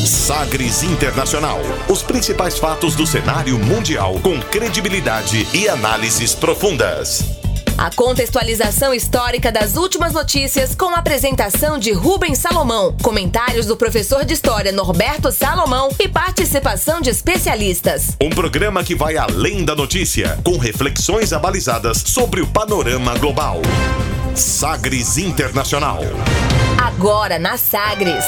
Sagres Internacional. Os principais fatos do cenário mundial com credibilidade e análises profundas. A contextualização histórica das últimas notícias com a apresentação de Rubens Salomão, comentários do professor de História Norberto Salomão e participação de especialistas. Um programa que vai além da notícia, com reflexões abalizadas sobre o panorama global. Sagres Internacional. Agora na Sagres.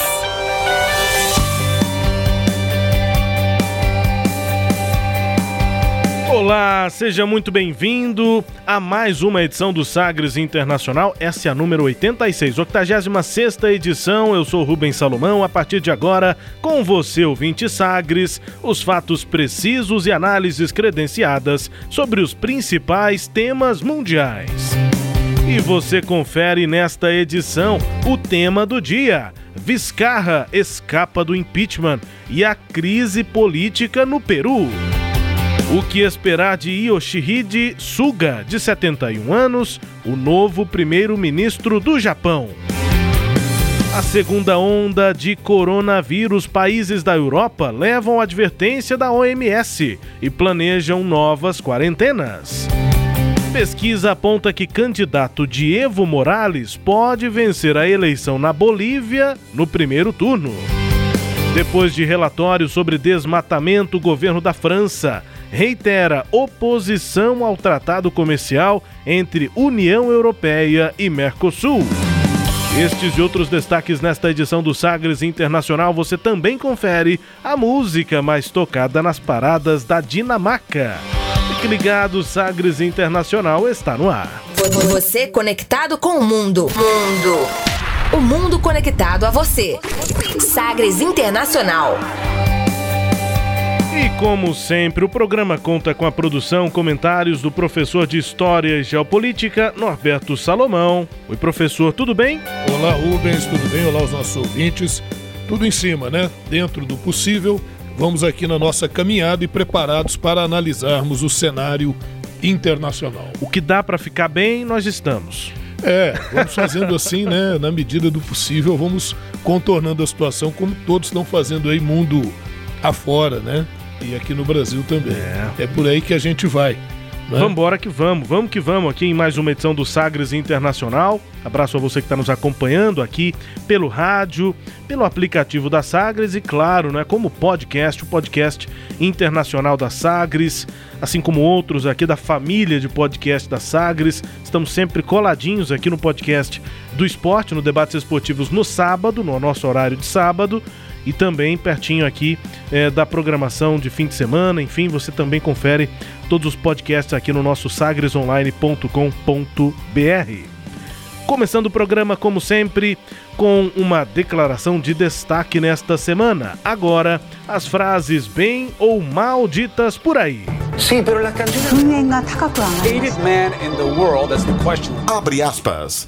Olá, seja muito bem-vindo a mais uma edição do Sagres Internacional. Essa é a número 86, 86ª edição. Eu sou Rubens Salomão. A partir de agora, com você, ouvinte Sagres, os fatos precisos e análises credenciadas sobre os principais temas mundiais. E você confere nesta edição o tema do dia: Vizcarra escapa do impeachment e a crise política no Peru. O que esperar de Yoshihide Suga, de 71 anos, o novo primeiro-ministro do Japão? A segunda onda de coronavírus, países da Europa levam advertência da OMS e planejam novas quarentenas. Pesquisa aponta que candidato de Evo Morales pode vencer a eleição na Bolívia no primeiro turno. Depois de relatório sobre desmatamento, o governo da França reitera oposição ao tratado comercial entre União Europeia e Mercosul. Estes e outros destaques nesta edição do Sagres Internacional. Você também confere a música mais tocada nas paradas da Dinamarca. Fique ligado, Sagres Internacional está no ar. Você conectado com o mundo. O mundo conectado a você. Sagres Internacional. E como sempre, o programa conta com a produção, comentários do professor de História e Geopolítica, Norberto Salomão. Oi, professor, tudo bem? Olá, Rubens, tudo bem? Olá, os nossos ouvintes. Tudo em cima, né? Dentro do possível, vamos aqui na nossa caminhada e preparados para analisarmos o cenário internacional. O que dá para ficar bem, nós estamos. Vamos fazendo assim, né? Na medida do possível, vamos contornando a situação como todos estão fazendo aí mundo afora, né? E aqui no Brasil também. É por aí que a gente vai, né? Vambora que vamos aqui em mais uma edição do Sagres Internacional. Abraço a você que está nos acompanhando aqui pelo rádio, pelo aplicativo da Sagres e, claro, né, como podcast, o podcast internacional da Sagres, assim como outros aqui da família de podcast da Sagres. Estamos sempre coladinhos aqui no podcast do esporte, no Debates Esportivos no sábado, no nosso horário de sábado, e também pertinho aqui da programação de fim de semana. Enfim, você também confere todos os podcasts aqui no nosso sagresonline.com.br. Começando o programa, como sempre, com uma declaração de destaque nesta semana. Agora, as frases bem ou mal ditas por aí. Abre aspas.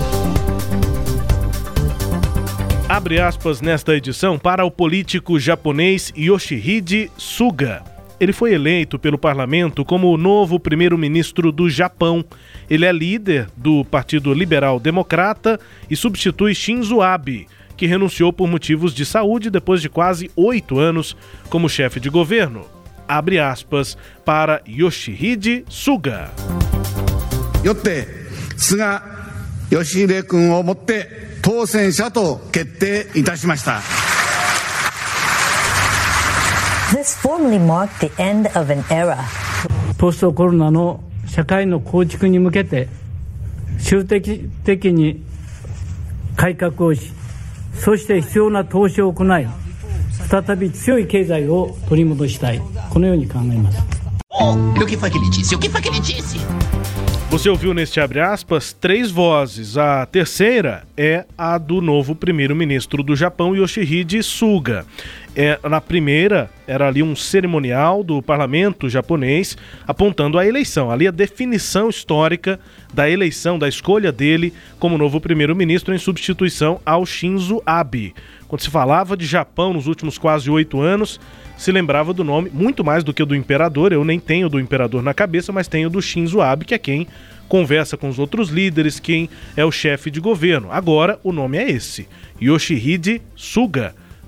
Abre aspas nesta edição para o político japonês Yoshihide Suga. Ele foi eleito pelo parlamento como o novo primeiro-ministro do Japão. Ele é líder do Partido Liberal Democrata e substitui Shinzo Abe, que renunciou por motivos de saúde depois de quase 8 anos como chefe de governo. Abre aspas para Yoshihide Suga. Yotte, Suga Yoshihide-kun o motte 当選者と決定いたしました。 This formally marked the end of an era. ポストコロナの社会の構築に向けて集的的に改革をし、そして必要な投資を行い、再び強い経済を取り戻したい。このように考えます。 O que foi que ele disse? Você ouviu neste abre aspas 3 vozes. A terceira é a do novo primeiro-ministro do Japão, Yoshihide Suga. Na primeira, era ali um cerimonial do parlamento japonês apontando a eleição, ali a definição histórica da eleição, da escolha dele como novo primeiro-ministro em substituição ao Shinzo Abe. Quando se falava de Japão nos últimos quase 8 anos, se lembrava do nome muito mais do que do imperador. Eu nem tenho do imperador na cabeça, mas tenho do Shinzo Abe, que é quem conversa com os outros líderes, quem é o chefe de governo. Agora o nome é esse, Yoshihide Suga,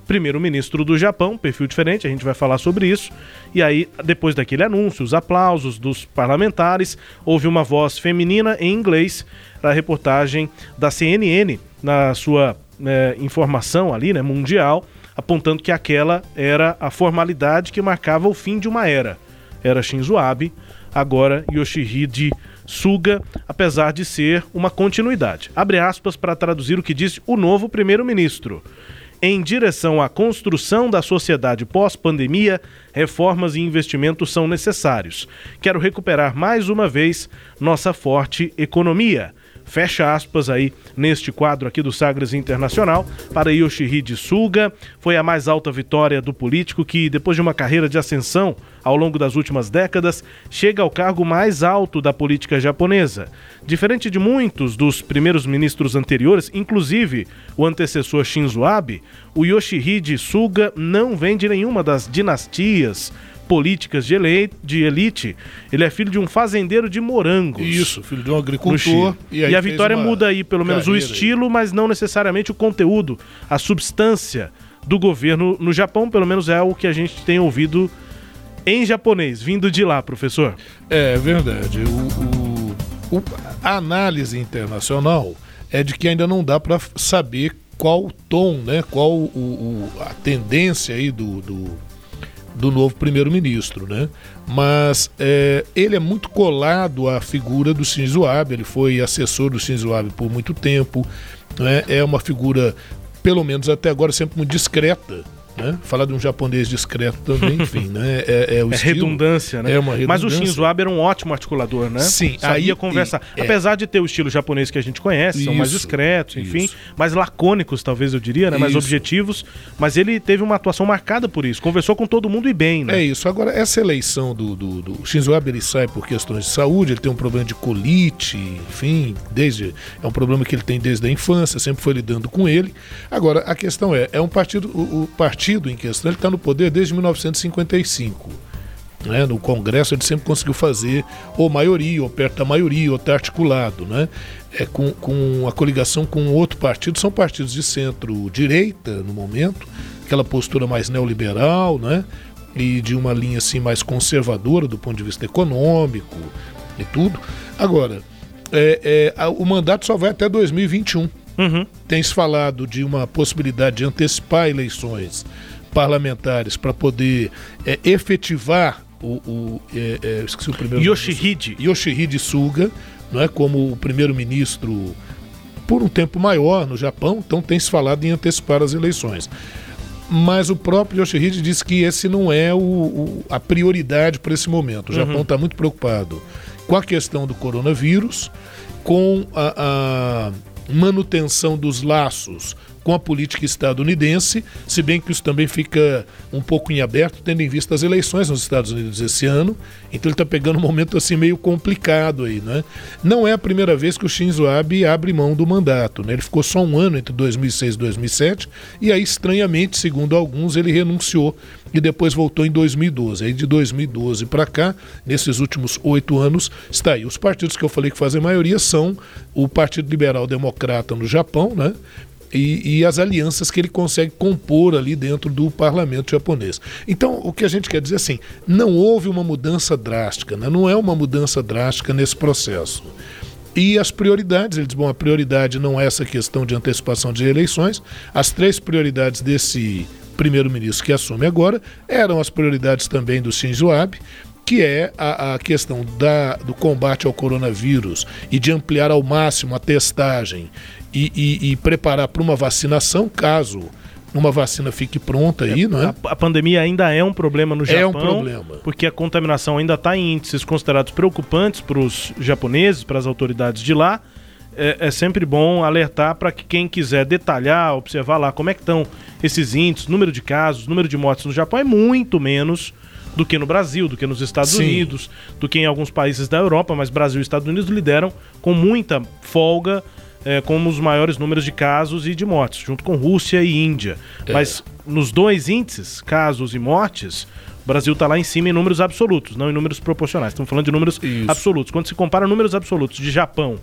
primeiro-ministro do Japão, perfil diferente, a gente vai falar sobre isso. E aí, depois daquele anúncio, os aplausos dos parlamentares, houve uma voz feminina em inglês para a reportagem da CNN, na sua informação ali, né, mundial, apontando que aquela era a formalidade que marcava o fim de uma era. Era Shinzo Abe, agora Yoshihide Suga, apesar de ser uma continuidade. Abre aspas para traduzir o que disse o novo primeiro-ministro. Em direção à construção da sociedade pós-pandemia, reformas e investimentos são necessários. Quero recuperar mais uma vez nossa forte economia. Fecha aspas aí neste quadro aqui do Sagres Internacional para Yoshihide Suga. Foi a mais alta vitória do político que, depois de uma carreira de ascensão ao longo das últimas décadas, chega ao cargo mais alto da política japonesa. Diferente de muitos dos primeiros ministros anteriores, inclusive o antecessor Shinzo Abe, o Yoshihide Suga não vem de nenhuma das dinastias políticas de elite. Ele é filho de um fazendeiro de morangos. Isso, filho de um agricultor. E a vitória muda aí pelo menos o estilo, mas não necessariamente o conteúdo, a substância do governo no Japão, pelo menos é o que a gente tem ouvido em japonês, vindo de lá, professor. É verdade. A análise internacional é de que ainda não dá para saber qual o tom, né, qual a tendência aí do novo primeiro-ministro, né? Mas ele é muito colado à figura do Shinzo Abe, ele foi assessor do Shinzo Abe por muito tempo, né? É uma figura, pelo menos até agora, sempre muito discreta, né? Falar de um japonês discreto também, enfim, né? O estilo, redundância, né? É uma redundância. Mas o Shinzo Abe era um ótimo articulador, né? Sim. Sabia conversar. Apesar de ter o estilo japonês que a gente conhece, são mais discretos, enfim, mais lacônicos, talvez eu diria, né? Mais objetivos, mas ele teve uma atuação marcada por isso. Conversou com todo mundo e bem, né? É isso. Agora, essa eleição do Shinzo Abe, ele sai por questões de saúde, ele tem um problema de colite, enfim, é um problema que ele tem desde a infância, sempre foi lidando com ele. Agora, a questão é um partido, o partido em questão, ele está no poder desde 1955. Né? No Congresso ele sempre conseguiu fazer ou maioria, ou perto da maioria, ou está articulado, né? Com a coligação com outro partido, são partidos de centro-direita no momento, aquela postura mais neoliberal, né? E de uma linha assim mais conservadora do ponto de vista econômico e tudo. Agora, o mandato só vai até 2021. Tem se falado de uma possibilidade de antecipar eleições parlamentares para poder efetivar esqueci o primeiro Yoshihide Suga, não é, como o primeiro-ministro por um tempo maior no Japão. Então tem se falado em antecipar as eleições. Mas o próprio Yoshihide disse que esse não é a prioridade para esse momento. O Japão está muito preocupado com a questão do coronavírus, com a manutenção dos laços com a política estadunidense, se bem que isso também fica um pouco em aberto, tendo em vista as eleições nos Estados Unidos esse ano. Então ele está pegando um momento assim meio complicado aí, né? Não é a primeira vez que o Shinzo Abe abre mão do mandato, né? Ele ficou só um ano entre 2006 e 2007 e aí, estranhamente, segundo alguns, ele renunciou e depois voltou em 2012. Aí de 2012 para cá, nesses últimos 8 anos, está aí. Os partidos que eu falei que fazem maioria são o Partido Liberal Democrata no Japão, né? E as alianças que ele consegue compor ali dentro do parlamento japonês. Então, o que a gente quer dizer assim, não houve uma mudança drástica, né? Não é uma mudança drástica nesse processo. E as prioridades, ele diz, bom, a prioridade não é essa questão de antecipação de eleições, as 3 prioridades desse primeiro-ministro que assume agora eram as prioridades também do Shinzo Abe, que é a questão do combate ao coronavírus e de ampliar ao máximo a testagem e preparar para uma vacinação, caso uma vacina fique pronta aí, não é? A pandemia ainda é um problema no Japão. É um problema. Porque a contaminação ainda está em índices considerados preocupantes para os japoneses, para as autoridades de lá. É sempre bom alertar para que quem quiser detalhar, observar lá como é que estão esses índices, número de casos, número de mortes no Japão é muito menos do que no Brasil, do que nos Estados Unidos, do que em alguns países da Europa, mas Brasil e Estados Unidos lideram com muita folga como os maiores números de casos e de mortes, junto com Rússia e Índia. Mas nos 2 índices, casos e mortes, o Brasil está lá em cima em números absolutos, não em números proporcionais. Estamos falando de números absolutos. Quando se compara números absolutos de Japão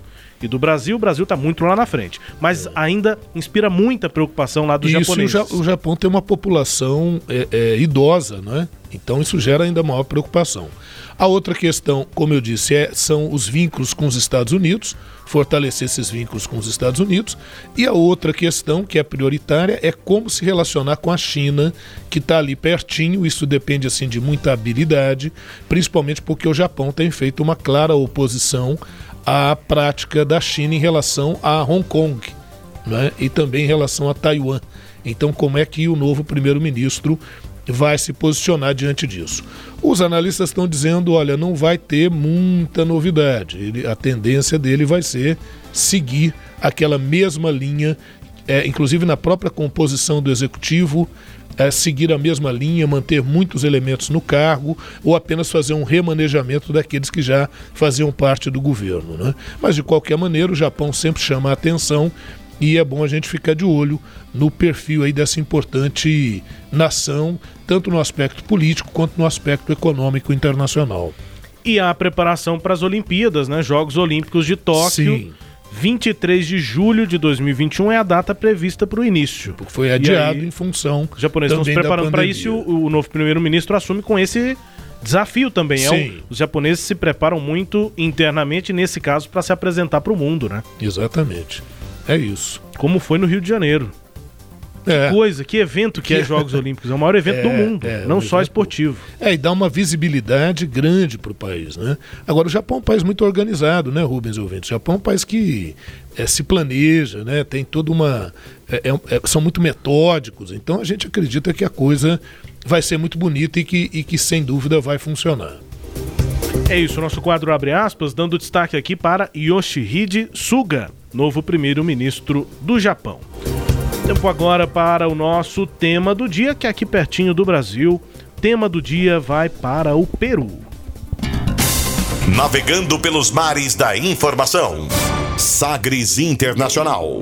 e do Brasil. O Brasil está muito lá na frente, mas ainda inspira muita preocupação lá dos japoneses. O Japão tem uma população idosa, né? Então isso gera ainda maior preocupação. A outra questão, como eu disse, são os vínculos com os Estados Unidos, fortalecer esses vínculos com os Estados Unidos. E a outra questão, que é prioritária, é como se relacionar com a China, que está ali pertinho. Isso depende assim, de muita habilidade, principalmente porque o Japão tem feito uma clara oposição à prática da China em relação a Hong Kong, né? E também em relação a Taiwan. Então, como é que o novo primeiro-ministro vai se posicionar diante disso? Os analistas estão dizendo, olha, não vai ter muita novidade. A tendência dele vai ser seguir aquela mesma linha, inclusive na própria composição do executivo, seguir a mesma linha, manter muitos elementos no cargo ou apenas fazer um remanejamento daqueles que já faziam parte do governo, né? Mas, de qualquer maneira, o Japão sempre chama a atenção. E é bom a gente ficar de olho no perfil aí dessa importante nação, tanto no aspecto político quanto no aspecto econômico internacional. E a preparação para as Olimpíadas, né? Jogos Olímpicos de Tóquio. Sim. 23 de julho de 2021 é a data prevista para o início. Porque foi adiado em função. Os japoneses estão se preparando para isso e o novo primeiro-ministro assume com esse desafio também. Os japoneses se preparam muito internamente, nesse caso, para se apresentar para o mundo, né? Exatamente. É isso. Como foi no Rio de Janeiro. Que coisa, que evento que é Jogos Olímpicos. É o maior evento do mundo, não só esportivo. E dá uma visibilidade grande para o país, né? Agora, o Japão é um país muito organizado, né, Rubens e ouvintes? O Japão é um país que se planeja, né? Tem toda uma... são muito metódicos. Então, a gente acredita que a coisa vai ser muito bonita e que sem dúvida, vai funcionar. É isso, o nosso quadro abre aspas, dando destaque aqui para Yoshihide Suga, novo primeiro-ministro do Japão. Tempo agora para o nosso tema do dia, que é aqui pertinho do Brasil. Tema do dia vai para o Peru. Navegando pelos mares da informação. Sagres Internacional.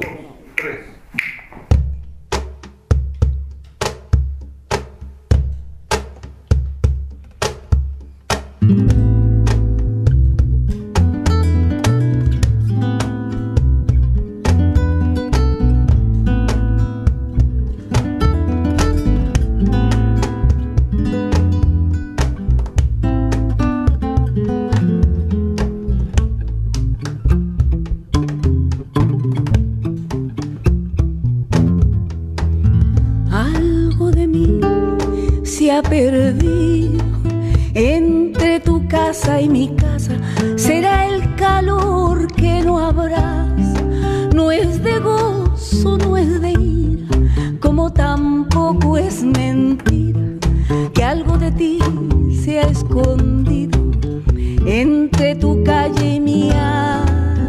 Perdido entre tu casa y mi casa, será el calor que no abraza, no es de gozo, no es de ira, como tampoco es mentira que algo de ti se ha escondido entre tu calle y mi alma.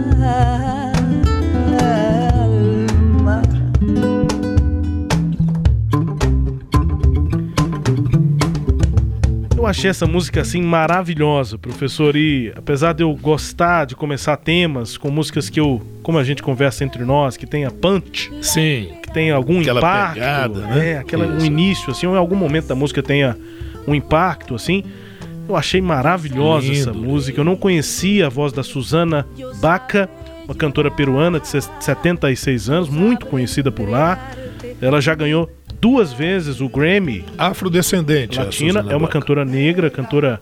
Eu achei essa música assim maravilhosa, professor, e apesar de eu gostar de começar temas com músicas que como a gente conversa entre nós, que tenha punch, sim, que tenha algum impacto, pegada, né? Um início assim, ou em algum momento da música tenha um impacto assim. Eu achei maravilhosa essa música. Eu não conhecia a voz da Susana Baca, uma cantora peruana de 76 anos, muito conhecida por lá. Ela já ganhou 2 vezes o Grammy. Afrodescendente. Latina, é uma cantora negra, cantora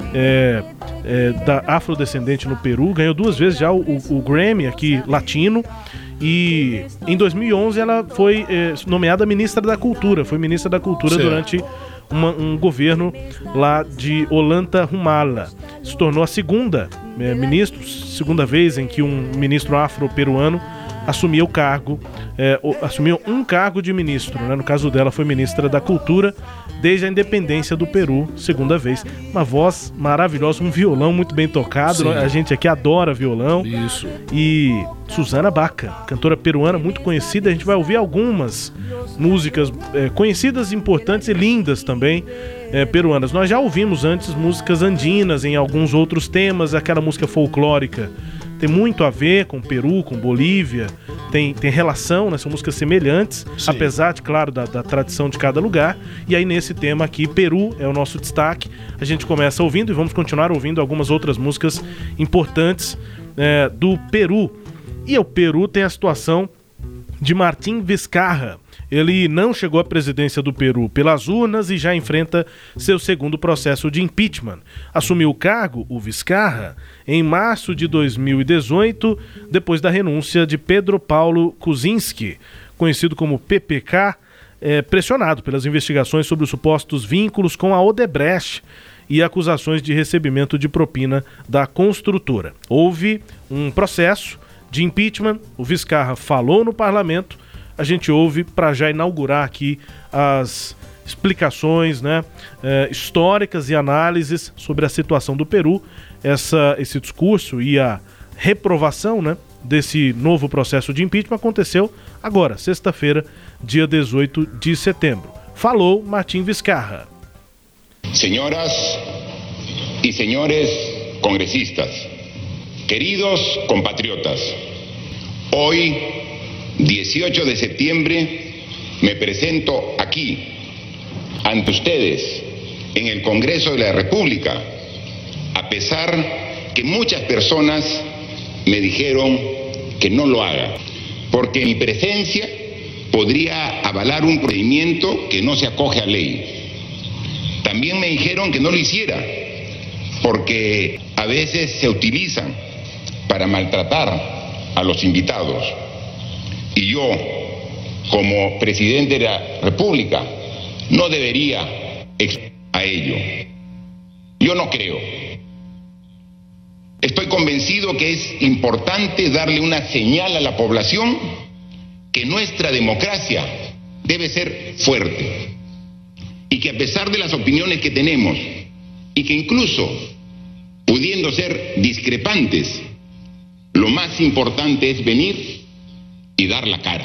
da afrodescendente no Peru. Ganhou 2 vezes já o Grammy aqui latino. E em 2011 ela foi nomeada ministra da Cultura. Foi ministra da Cultura durante um governo lá de Ollanta Humala. Se tornou a segunda vez em que um ministro afro-peruano assumia o cargo, assumiu um cargo de ministro, né? No caso dela foi ministra da Cultura desde a independência do Peru, segunda vez. Uma voz maravilhosa, um violão muito bem tocado, né? A gente aqui adora violão. Isso. E Susana Baca, cantora peruana muito conhecida, a gente vai ouvir algumas músicas conhecidas, importantes e lindas também, peruanas. Nós já ouvimos antes músicas andinas em alguns outros temas, aquela música folclórica tem muito a ver com Peru, com Bolívia, tem relação, né? São músicas semelhantes, sim, apesar de, claro, da tradição de cada lugar. E aí nesse tema aqui, Peru é o nosso destaque. A gente começa ouvindo e vamos continuar ouvindo algumas outras músicas importantes do Peru. E o Peru tem a situação de Martín Vizcarra. Ele não chegou à presidência do Peru pelas urnas e já enfrenta seu segundo processo de impeachment. Assumiu o cargo, o Vizcarra, em março de 2018, depois da renúncia de Pedro Paulo Kuczynski, conhecido como PPK, pressionado pelas investigações sobre os supostos vínculos com a Odebrecht e acusações de recebimento de propina da construtora. Houve um processo de impeachment, o Vizcarra falou no parlamento. A gente ouve para já inaugurar aqui as explicações, né, históricas e análises sobre a situação do Peru, esse discurso e a reprovação, né, desse novo processo de impeachment aconteceu agora, sexta-feira, dia 18 de setembro. Falou Martín Vizcarra. Señoras y señores congresistas, queridos compatriotas, hoy, 18 de septiembre, me presento aquí, ante ustedes, en el Congreso de la República, a pesar que muchas personas me dijeron que no lo haga, porque mi presencia podría avalar un procedimiento que no se acoge a ley. También me dijeron que no lo hiciera, porque a veces se utilizan para maltratar a los invitados. Y yo, como presidente de la República, no debería a ello. Yo no creo. Estoy convencido que es importante darle una señal a la población que nuestra democracia debe ser fuerte y que a pesar de las opiniones que tenemos y que incluso pudiendo ser discrepantes, lo más importante es venir e dar la cara.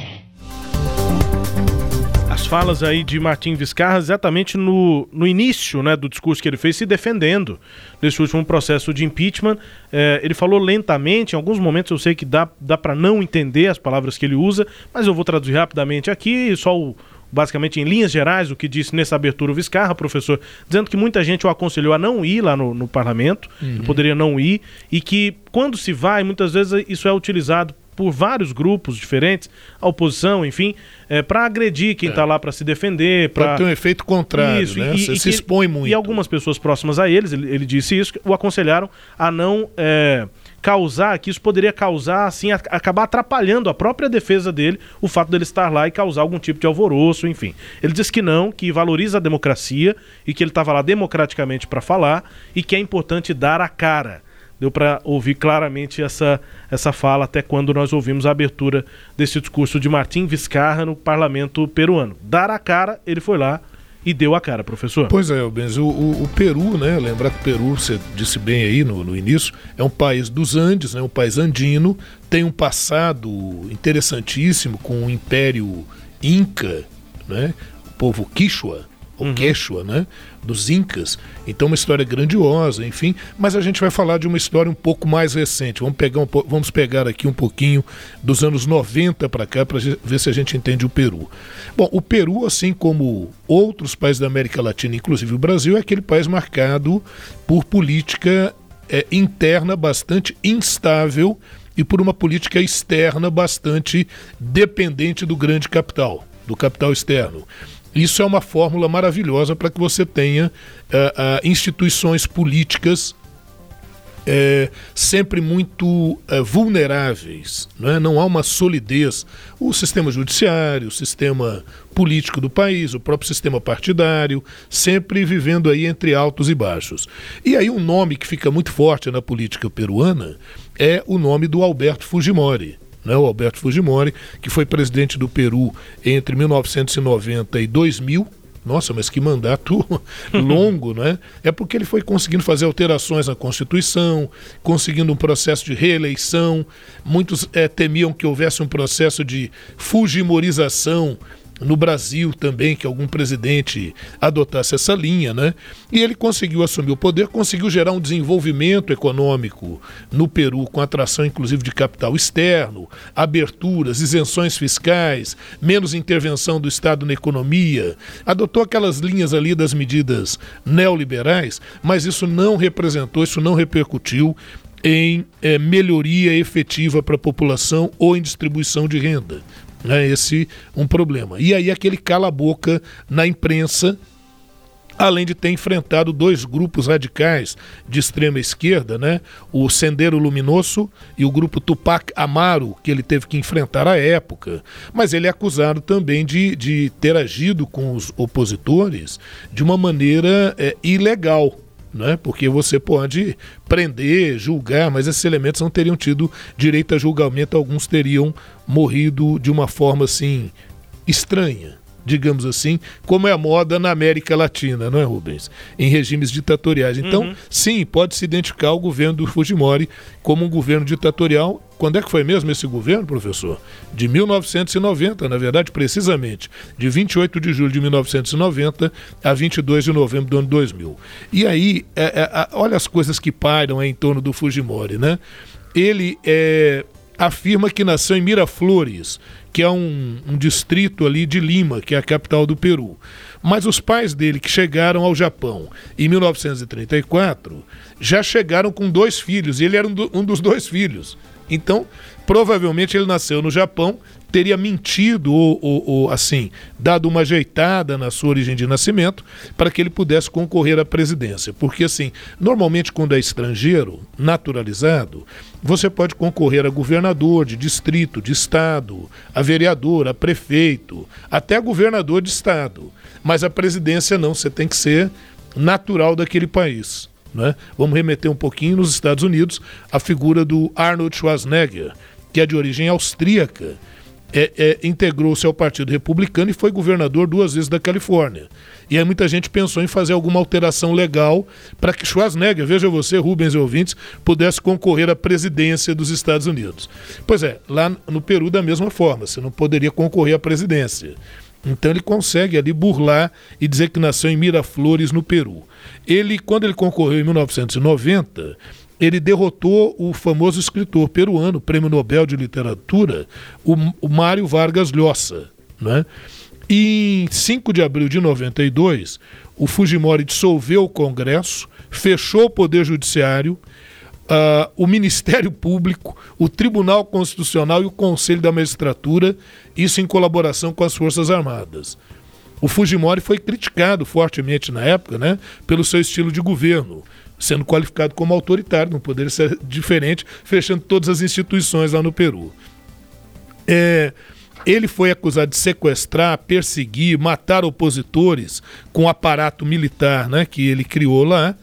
As falas aí de Martín Vizcarra exatamente no início, né, do discurso que ele fez, se defendendo desse último processo de impeachment. Ele falou lentamente, em alguns momentos eu sei que dá para não entender as palavras que ele usa, mas eu vou traduzir rapidamente aqui, basicamente em linhas gerais, o que disse nessa abertura o Vizcarra, professor, dizendo que muita gente o aconselhou a não ir lá no parlamento, ele poderia não ir, e que quando se vai, muitas vezes isso é utilizado por vários grupos diferentes, a oposição, enfim, para agredir quem está lá para se defender. Para ter um efeito contrário, isso, né? Você se expõe muito. E algumas pessoas próximas a eles, ele disse isso, o aconselharam a não causar, que isso poderia causar, assim, acabar atrapalhando a própria defesa dele, o fato dele estar lá e causar algum tipo de alvoroço, enfim. Ele disse que não, que valoriza a democracia e que ele estava lá democraticamente para falar e que é importante dar a cara. Deu para ouvir claramente essa fala até quando nós ouvimos a abertura desse discurso de Martín Vizcarra no parlamento peruano. Dar a cara, ele foi lá e deu a cara, professor. Pois é, Benz, o Peru, né? Lembrar que o Peru, você disse bem aí no início, é um país dos Andes, né? Um país andino, tem um passado interessantíssimo com o Império Inca, né? O povo Quichua, ou Quechua, né? Dos Incas. Então uma história grandiosa, enfim, mas a gente vai falar de uma história um pouco mais recente. Vamos pegar aqui um pouquinho dos anos 90 para cá para ver se a gente entende o Peru. Bom, o Peru, assim como outros países da América Latina, inclusive o Brasil, é aquele país marcado por política interna bastante instável e por uma política externa bastante dependente do grande capital, do capital externo. Isso é uma fórmula maravilhosa para que você tenha instituições políticas sempre muito vulneráveis, né? Não há uma solidez. O sistema judiciário, o sistema político do país, o próprio sistema partidário, sempre vivendo aí entre altos e baixos. E aí um nome que fica muito forte na política peruana é o nome do Alberto Fujimori. Né, o Alberto Fujimori, que foi presidente do Peru entre 1990 e 2000. Nossa, mas que mandato longo, né? É porque ele foi conseguindo fazer alterações na Constituição, conseguindo um processo de reeleição. Muitos temiam que houvesse um processo de fujimorização no Brasil também, que algum presidente adotasse essa linha, né? E ele conseguiu assumir o poder, conseguiu gerar um desenvolvimento econômico no Peru, com atração inclusive de capital externo, aberturas, isenções fiscais, menos intervenção do Estado na economia, adotou aquelas linhas ali das medidas neoliberais, mas isso não representou, isso não repercutiu em melhoria efetiva para a população ou em distribuição de renda. É esse um problema. E aí aquele cala-boca na imprensa, além de ter enfrentado dois grupos radicais de extrema esquerda, né? O Sendero Luminoso e o grupo Tupac Amaru, que ele teve que enfrentar à época. Mas ele é acusado também de ter agido com os opositores de uma maneira ilegal, né? Porque você pode prender, julgar, mas esses elementos não teriam tido direito a julgamento, alguns teriam morrido de uma forma assim estranha, digamos assim, como é a moda na América Latina, não é, Rubens? Em regimes ditatoriais. Então, sim, pode-se identificar o governo do Fujimori como um governo ditatorial. Quando é que foi mesmo esse governo, professor? De 1990, na verdade, precisamente, de 28 de julho de 1990 a 22 de novembro do ano 2000. E aí, olha as coisas que pairam em torno do Fujimori, né? Ele afirma que nasceu em Miraflores, que é um distrito ali de Lima, que é a capital do Peru. Mas os pais dele, que chegaram ao Japão em 1934, já chegaram com 2 filhos, e ele era um dos 2 filhos. Então, provavelmente ele nasceu no Japão, teria mentido ou assim, dado uma ajeitada na sua origem de nascimento para que ele pudesse concorrer à presidência. Porque assim, normalmente quando é estrangeiro, naturalizado, você pode concorrer a governador de distrito, de estado, a vereador, a prefeito, até a governador de estado. Mas a presidência não, você tem que ser natural daquele país, né? Vamos remeter um pouquinho nos Estados Unidos, a figura do Arnold Schwarzenegger, que é de origem austríaca, integrou-se ao Partido Republicano e foi governador 2 vezes da Califórnia. E aí muita gente pensou em fazer alguma alteração legal para que Schwarzenegger, veja você, Rubens e ouvintes, pudesse concorrer à presidência dos Estados Unidos. Pois é, lá no Peru da mesma forma, você não poderia concorrer à presidência. Então ele consegue ali burlar e dizer que nasceu em Miraflores, no Peru. Quando ele concorreu em 1990, ele derrotou o famoso escritor peruano, Prêmio Nobel de Literatura, o Mário Vargas Llosa, né? E em 5 de abril de 92, o Fujimori dissolveu o Congresso, fechou o Poder Judiciário, o Ministério Público, o Tribunal Constitucional e o Conselho da Magistratura, isso em colaboração com as Forças Armadas. O Fujimori foi criticado fortemente na época, né, pelo seu estilo de governo, sendo qualificado como autoritário, não poderia ser diferente, fechando todas as instituições lá no Peru. Ele foi acusado de sequestrar, perseguir, matar opositores com o aparato militar, né, que ele criou lá,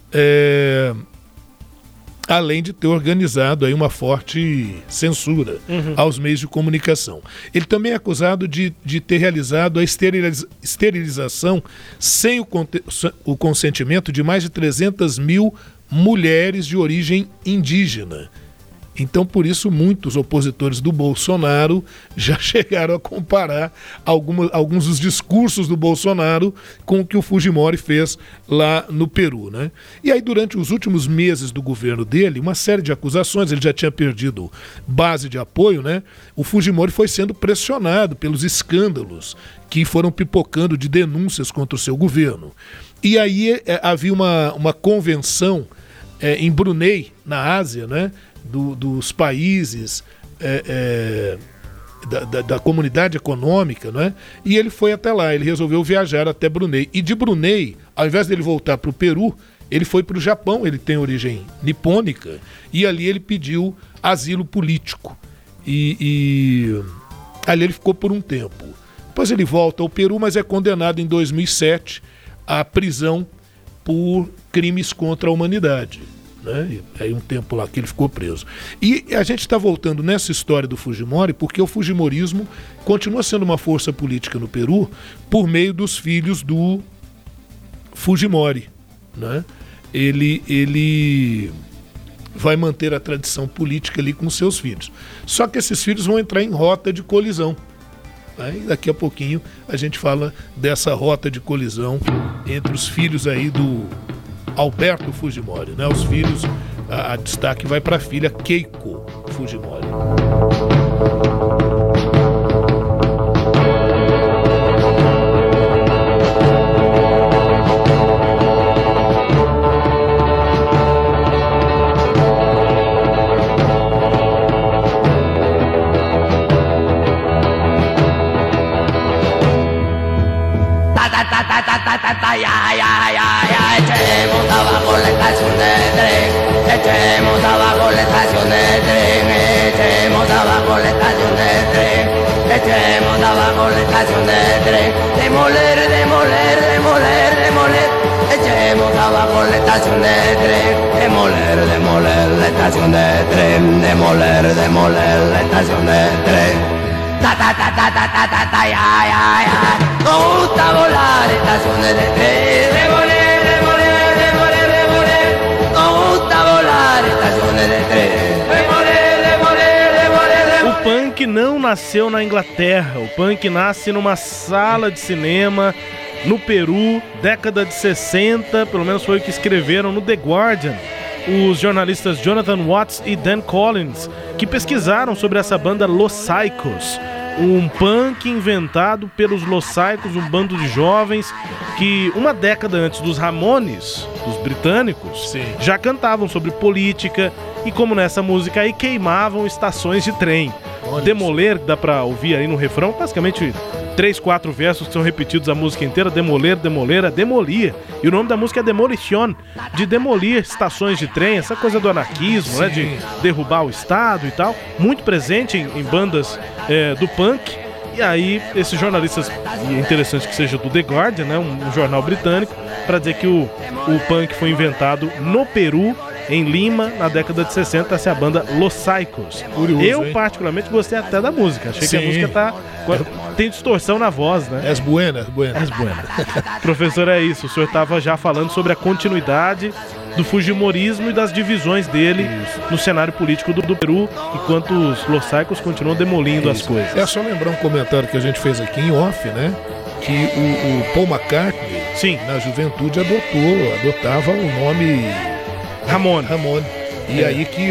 além de ter organizado aí uma forte censura aos meios de comunicação. Ele também é acusado de ter realizado a esterilização sem o consentimento de mais de 300 mil mulheres de origem indígena. Então, por isso, muitos opositores do Bolsonaro já chegaram a comparar alguns dos discursos do Bolsonaro com o que o Fujimori fez lá no Peru, né? E aí, durante os últimos meses do governo dele, uma série de acusações, ele já tinha perdido base de apoio, né? O Fujimori foi sendo pressionado pelos escândalos que foram pipocando de denúncias contra o seu governo. E aí havia uma convenção em Brunei, na Ásia, né? Dos países da comunidade econômica, né? E ele foi até lá, ele resolveu viajar até Brunei. E de Brunei, ao invés dele voltar para o Peru, ele foi para o Japão, ele tem origem nipônica, e ali ele pediu asilo político. E ali ele ficou por um tempo. Depois ele volta ao Peru, mas é condenado em 2007 à prisão por crimes contra a humanidade. Né? Aí um tempo lá que ele ficou preso. E a gente está voltando nessa história do Fujimori porque o fujimorismo continua sendo uma força política no Peru por meio dos filhos do Fujimori, né? Ele vai manter a tradição política ali com seus filhos. Só que esses filhos vão entrar em rota de colisão. Aí daqui a pouquinho a gente fala dessa rota de colisão entre os filhos aí do Alberto Fujimori, né? Os filhos, a destaque vai para a filha Keiko Fujimori. Echemos abajo la estación de tren, echemos abajo la estación de tren, echemos abajo la estación de tren, echemos abajo la estación de tren, demoler, demoler, demoler, demoler, echemos abajo la estación de tren, demoler, demoler la estación de tren, demoler, demoler la estación de tren. Ta ta ta ta ta ta ta ta ya ya ya. Nos gusta volar estaciones de tren, demoler, demoler, demoler, demoler. Nos gusta volar estaciones de tren, demoler, demoler, demoler, demoler. O punk não nasceu na Inglaterra, o punk nasce numa sala de cinema no Peru, década de 60, pelo menos foi o que escreveram no The Guardian os jornalistas Jonathan Watts e Dan Collins, que pesquisaram sobre essa banda Los Psychos, um punk inventado pelos Los Psychos, um bando de jovens que uma década antes dos Ramones, dos britânicos, sim, já cantavam sobre política e, como nessa música aí, queimavam estações de trem. Demoler, dá pra ouvir aí no refrão, basicamente 3, 4 versos que são repetidos a música inteira. Demoler, demoler, demolir. E o nome da música é Demolition, de demolir estações de trem, essa coisa do anarquismo, sim, né, de derrubar o Estado e tal, muito presente em bandas do punk. E aí, esses jornalistas, e é interessante que seja do The Guardian, né, um jornal britânico, para dizer que o punk foi inventado no Peru, em Lima, na década de 60, essa é a banda Los Psychos. Curioso, eu, particularmente, gostei até da música. Achei, sim, que a música tem distorção na voz, né? Es buena, buena. Es buena. Professor, é isso. O senhor estava já falando sobre a continuidade do fujimorismo e das divisões dele no cenário político do Peru, enquanto os Los Psychos continuam demolindo as coisas. É só lembrar um comentário que a gente fez aqui em off, né? Que o Paul McCartney, sim, na juventude, adotava o nome Ramone. E aí que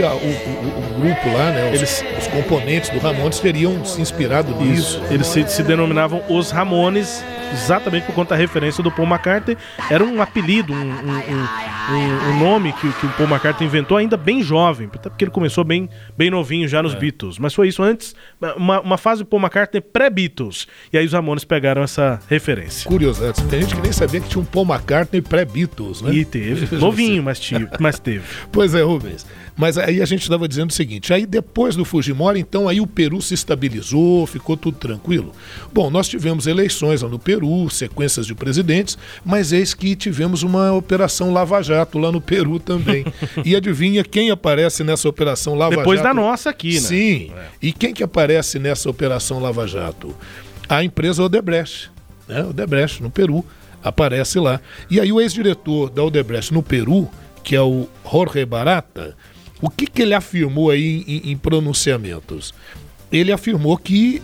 o grupo lá, né, os componentes do Ramones teriam se inspirado nisso. Eles se denominavam os Ramones, exatamente por conta da referência do Paul McCartney. Era um apelido, um nome que o Paul McCartney inventou ainda bem jovem, até porque ele começou bem novinho já nos Beatles. Mas foi isso antes, uma fase do Paul McCartney pré-Beatles. E aí os Ramones pegaram essa referência. Curioso, né? Tem gente que nem sabia que tinha um Paul McCartney pré-Beatles, né? E teve, novinho, mas teve. Pois é, Rubens. Mas aí a gente estava dizendo o seguinte, aí depois do Fujimori, então aí o Peru se estabilizou, ficou tudo tranquilo. Bom, nós tivemos eleições lá no Peru, sequências de presidentes, mas eis que tivemos uma operação Lava Jato lá no Peru também. E adivinha quem aparece nessa operação Lava Jato? Depois da nossa aqui, né? Sim. E quem que aparece nessa operação Lava Jato? A empresa Odebrecht, né? Odebrecht no Peru, aparece lá. E aí o ex-diretor da Odebrecht no Peru, que é o Jorge Barata, o que ele afirmou aí em pronunciamentos? Ele afirmou que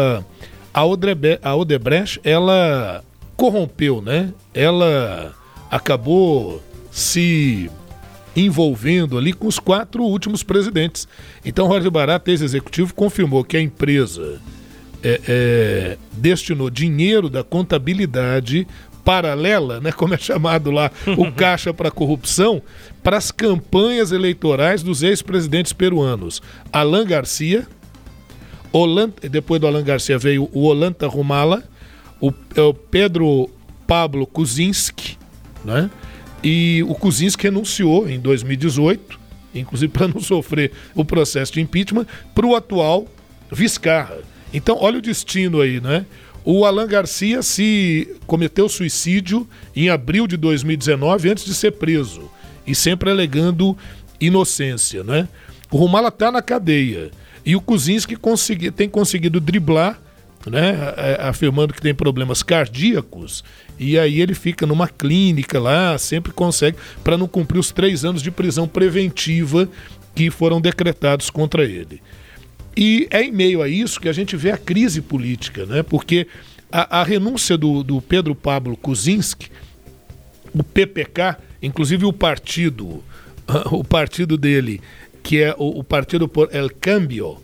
a Odebrecht, ela corrompeu, né? Ela acabou se envolvendo ali com os 4 últimos presidentes. Então, Jorge Barata, ex-executivo, confirmou que a empresa destinou dinheiro da contabilidade paralela, né, como é chamado lá, o caixa para corrupção, para as campanhas eleitorais dos ex-presidentes peruanos. Alan Garcia, depois do Alan Garcia veio o Ollanta Humala, o Pedro Pablo Kuczynski, né? E o Kuczynski renunciou em 2018, inclusive para não sofrer o processo de impeachment, para o atual Vizcarra. Então, olha o destino aí, né? O Alan Garcia se cometeu suicídio em abril de 2019, antes de ser preso, e sempre alegando inocência, né? O Humala está na cadeia, e o Kuczynski tem conseguido driblar, né? Afirmando que tem problemas cardíacos, e aí ele fica numa clínica lá, sempre consegue, para não cumprir os 3 anos de prisão preventiva que foram decretados contra ele. E é em meio a isso que a gente vê a crise política, né? Porque a renúncia do Pedro Pablo Kuczynski, o PPK, inclusive o partido dele, que é o Partido por el Cambio.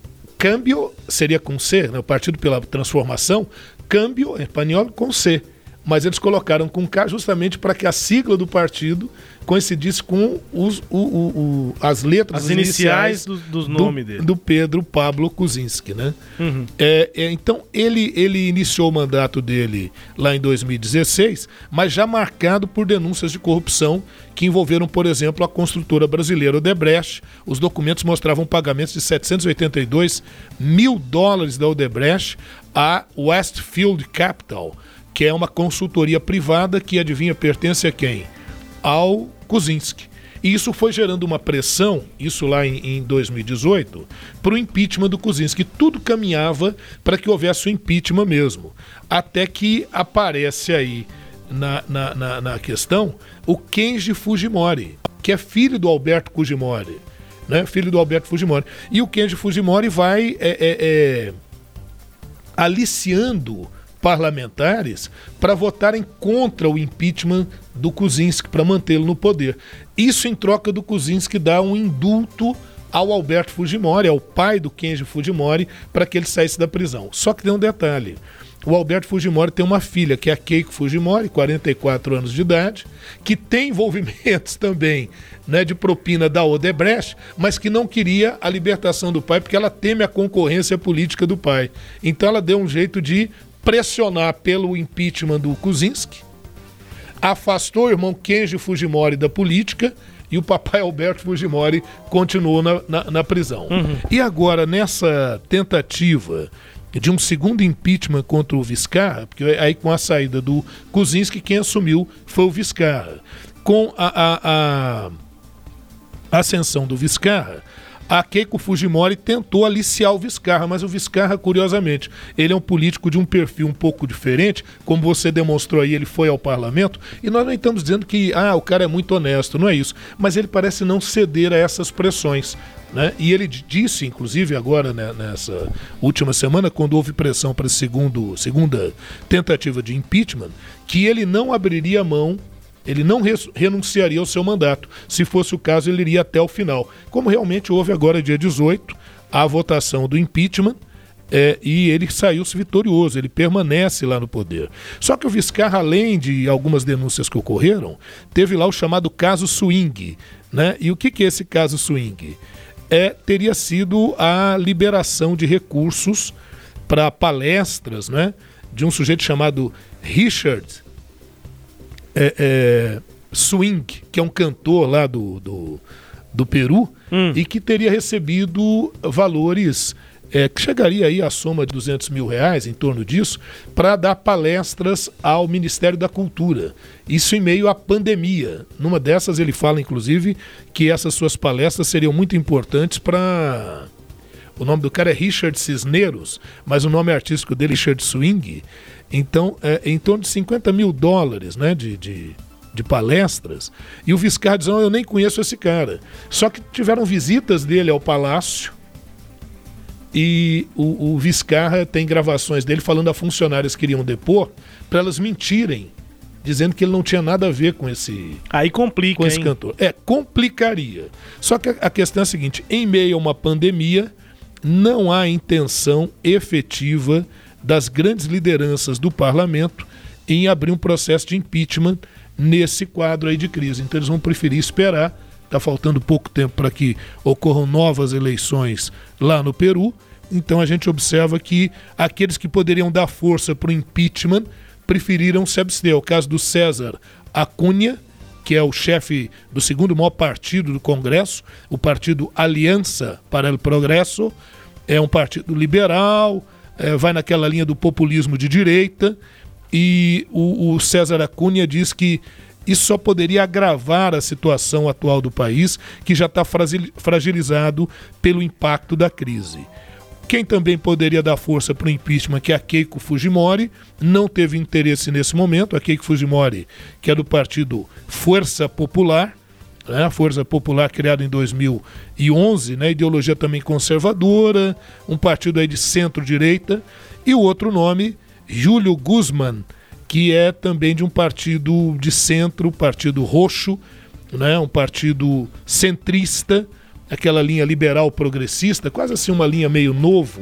Cambio seria com C, né? O Partido pela Transformação, Cambio em espanhol com C. mas eles colocaram com K justamente para que a sigla do partido coincidisse com as letras, as iniciais dos nomes dele. Do Pedro Pablo Kuczynski, né? Uhum. Então, ele iniciou o mandato dele lá em 2016, mas já marcado por denúncias de corrupção que envolveram, por exemplo, a construtora brasileira Odebrecht. Os documentos mostravam pagamentos de $782 mil da Odebrecht à Westfield Capital, que é uma consultoria privada que, adivinha, pertence a quem? Ao Kuczynski. E isso foi gerando uma pressão, isso lá em 2018, para o impeachment do Kuczynski. Tudo caminhava para que houvesse o impeachment mesmo. Até que aparece aí na questão o Kenji Fujimori, que é filho do Alberto Fujimori. Né? Filho do Alberto Fujimori. E o Kenji Fujimori vai aliciando parlamentares para votarem contra o impeachment do Kuczynski, para mantê-lo no poder. Isso em troca do Kuczynski dar um indulto ao Alberto Fujimori, ao pai do Kenji Fujimori, para que ele saísse da prisão. Só que tem um detalhe. O Alberto Fujimori tem uma filha, que é a Keiko Fujimori, 44 anos de idade, que tem envolvimentos também, né, de propina da Odebrecht, mas que não queria a libertação do pai, porque ela teme a concorrência política do pai. Então ela deu um jeito de pressionar pelo impeachment do Kuczynski, afastou o irmão Kenji Fujimori da política e o papai Alberto Fujimori continuou na prisão. Uhum. E agora, nessa tentativa de um segundo impeachment contra o Vizcarra, porque aí com a saída do Kuczynski, quem assumiu foi o Vizcarra. Com a ascensão do Vizcarra, a Keiko Fujimori tentou aliciar o Vizcarra, mas o Vizcarra, curiosamente, ele é um político de um perfil um pouco diferente, como você demonstrou aí, ele foi ao parlamento, e nós não estamos dizendo que o cara é muito honesto, não é isso, mas ele parece não ceder a essas pressões, né? E ele disse, inclusive agora, né, nessa última semana, quando houve pressão para a segunda tentativa de impeachment, que ele não abriria mão, ele não renunciaria ao seu mandato. Se fosse o caso, ele iria até o final. Como realmente houve agora, dia 18, a votação do impeachment, e ele saiu-se vitorioso, ele permanece lá no poder. Só que o Vizcarra, além de algumas denúncias que ocorreram, teve lá o chamado caso Swing, né? E o que é esse caso Swing? Teria sido a liberação de recursos para palestras, né, de um sujeito chamado Richard Swing, que é um cantor lá do Peru, e que teria recebido valores que chegaria aí à soma de R$200 mil, em torno disso, para dar palestras ao Ministério da Cultura. Isso em meio à pandemia. Numa dessas ele fala, inclusive, que essas suas palestras seriam muito importantes para... O nome do cara é Richard Cisneros, mas o nome artístico dele é Richard Swing. Então, em torno de $50 mil, né, de palestras. E o Vizcarra diz, não, eu nem conheço esse cara. Só que tiveram visitas dele ao palácio, e o Vizcarra tem gravações dele falando a funcionárias que iriam depor para elas mentirem, dizendo que ele não tinha nada a ver com esse... Aí complica, com esse cantor. Complicaria. Só que a questão é a seguinte, em meio a uma pandemia, não há intenção efetiva das grandes lideranças do parlamento em abrir um processo de impeachment nesse quadro aí de crise. Então eles vão preferir esperar. Está faltando pouco tempo para que ocorram novas eleições lá no Peru. Então a gente observa que aqueles que poderiam dar força para o impeachment preferiram se abster. O caso do César Acuña, que é o chefe do segundo maior partido do Congresso, o partido Aliança para o Progresso, é um partido liberal, vai naquela linha do populismo de direita, e o César Acuña diz que isso só poderia agravar a situação atual do país, que já está fragilizado pelo impacto da crise. Quem também poderia dar força para o impeachment, que é a Keiko Fujimori, não teve interesse nesse momento. A Keiko Fujimori, que é do partido Força Popular, né? A Força Popular criada em 2011, né? Ideologia também conservadora, um partido aí de centro-direita, e o outro nome, Júlio Guzmán, que é também de um partido de centro, partido roxo, né? Um partido centrista, aquela linha liberal progressista, quase assim uma linha meio novo,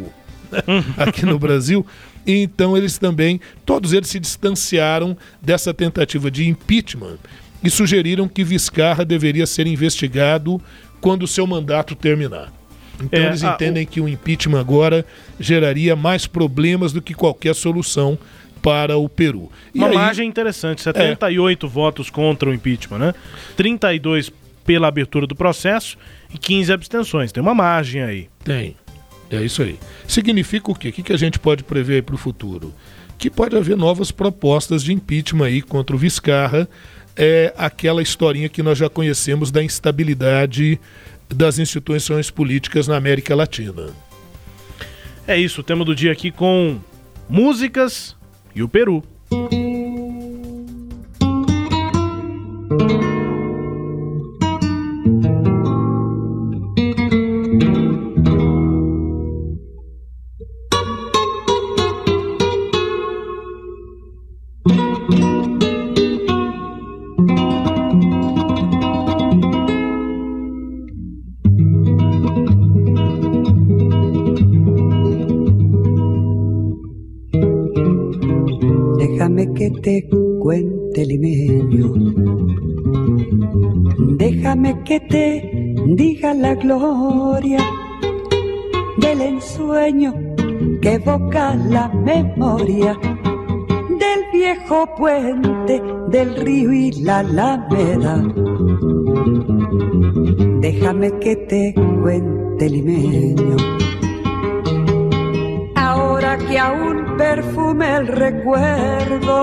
aqui no Brasil. Então todos eles se distanciaram dessa tentativa de impeachment e sugeriram que Vizcarra deveria ser investigado quando seu mandato terminar. Então eles entendem que o impeachment agora geraria mais problemas do que qualquer solução para o Peru. Uma margem interessante, 78 votos contra o impeachment, né? 32 pela abertura do processo e 15 abstenções. Tem uma margem aí. Tem. É isso aí. Significa o quê? O que a gente pode prever aí para o futuro? Que pode haver novas propostas de impeachment aí contra o Vizcarra. É aquela historinha que nós já conhecemos da instabilidade das instituições políticas na América Latina. É isso, o tema do dia aqui com músicas e o Peru. Déjame que te cuente, limeño, déjame que te diga la gloria del ensueño que evoca la memoria del viejo puente, del río y la alameda. Déjame que te cuente, limeño, ahora que aún perfume el recuerdo,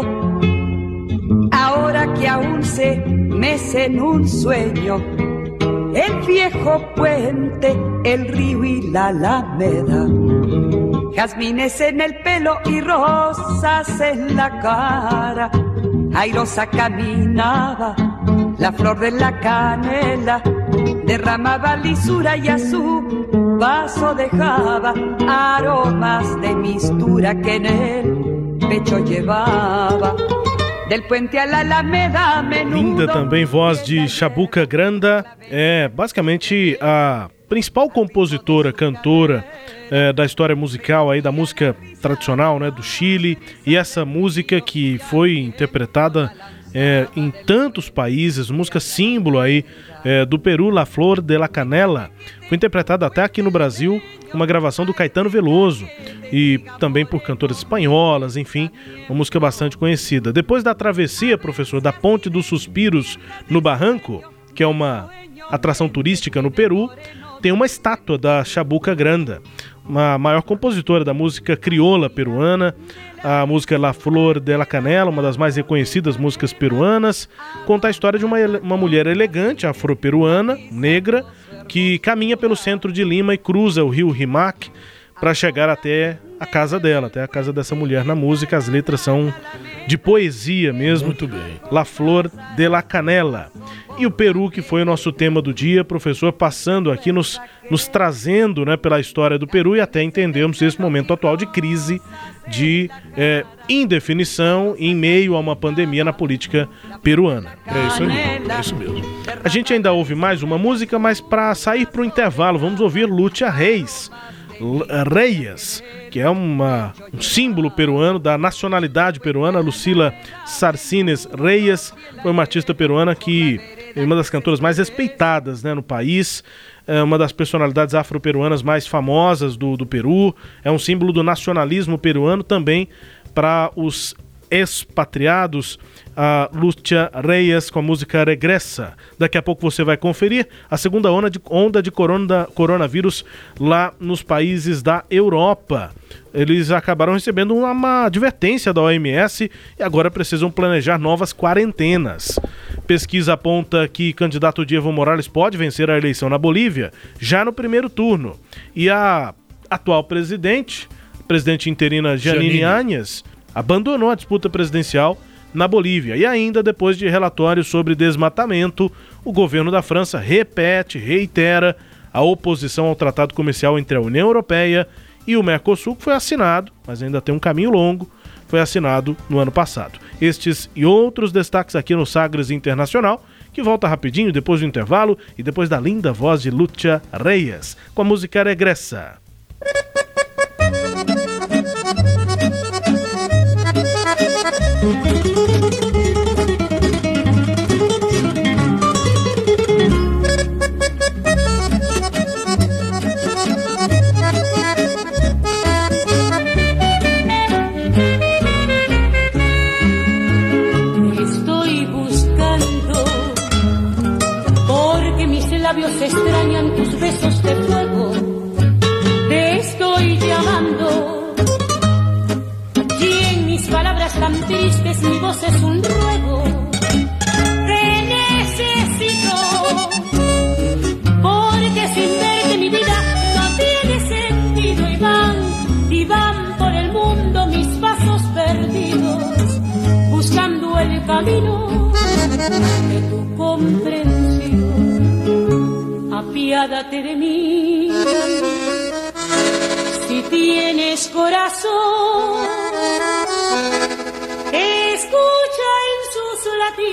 ahora que aún se mece en un sueño el viejo puente, el río y la alameda. Jazmines en el pelo y rosas en la cara, airosa caminaba la flor de la canela, derramaba lisura y a su paso dejaba aromas de mistura que en el pecho llevaba. Del puente a la Alameda, menudo. Linda também voz de Chabuca Granda, basicamente a principal compositora, cantora da história musical aí, da música tradicional, né, do Chile, e essa música que foi interpretada em tantos países, música símbolo aí do Peru, La Flor de la Canela, foi interpretada até aqui no Brasil, uma gravação do Caetano Veloso e também por cantoras espanholas, enfim, uma música bastante conhecida. Depois da travessia, professor, da Ponte dos Suspiros no Barranco, que é uma atração turística no Peru, tem uma estátua da Chabuca Granda, uma maior compositora da música crioula peruana. A música La Flor de la Canela, uma das mais reconhecidas músicas peruanas, conta a história de uma mulher elegante, afro-peruana, negra, que caminha pelo centro de Lima e cruza o rio Rimac para chegar até a casa dela, até a casa dessa mulher na música. As letras são de poesia mesmo. Muito bem. La Flor de la Canela. E o Peru, que foi o nosso tema do dia, professor, passando aqui, nos trazendo, né, pela história do Peru e até entendermos esse momento atual de crise, de indefinição em meio a uma pandemia na política peruana. É isso aí, é isso mesmo. A gente ainda ouve mais uma música, mas para sair para o intervalo, vamos ouvir Lúcia Reyes, que é um símbolo peruano, da nacionalidade peruana. Lucila Sarcines Reyes foi uma artista peruana que é uma das cantoras mais respeitadas, né, no país, é uma das personalidades afro-peruanas mais famosas do Peru, é um símbolo do nacionalismo peruano também para os expatriados. A Lúcia Reyes com a música Regressa. Daqui a pouco você vai conferir a segunda onda de coronavírus lá nos países da Europa. Eles acabaram recebendo uma advertência da OMS e agora precisam planejar novas quarentenas. Pesquisa aponta que candidato Evo Morales pode vencer a eleição na Bolívia já no primeiro turno. E a atual presidente interina Janine Áñez, abandonou a disputa presidencial na Bolívia. E ainda, depois de relatórios sobre desmatamento, o governo da França reitera a oposição ao tratado comercial entre a União Europeia e o Mercosul, que foi assinado, mas ainda tem um caminho longo, foi assinado no ano passado. Estes e outros destaques aqui no Sagres Internacional, que volta rapidinho depois do intervalo e depois da linda voz de Lúcia Reyes, com a música Regressa. Se extrañan tus besos de fuego, te estoy llamando. Y en mis palabras tan tristes mi voz es un ruego. Te necesito, porque sin verte mi vida no tiene sentido. Y van por el mundo mis pasos perdidos, buscando el camino de tu comprensión. Apiádate de mí, si tienes corazón, escucha en sus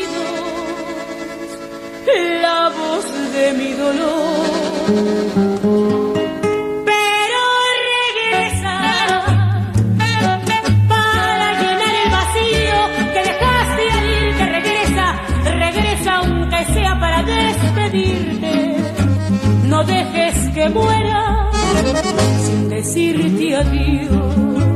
latidos la voz de mi dolor. Pero regresa para llenar el vacío que dejaste al irte. Regresa aunque sea para despedirte. No dejes que muera sin decirte adiós.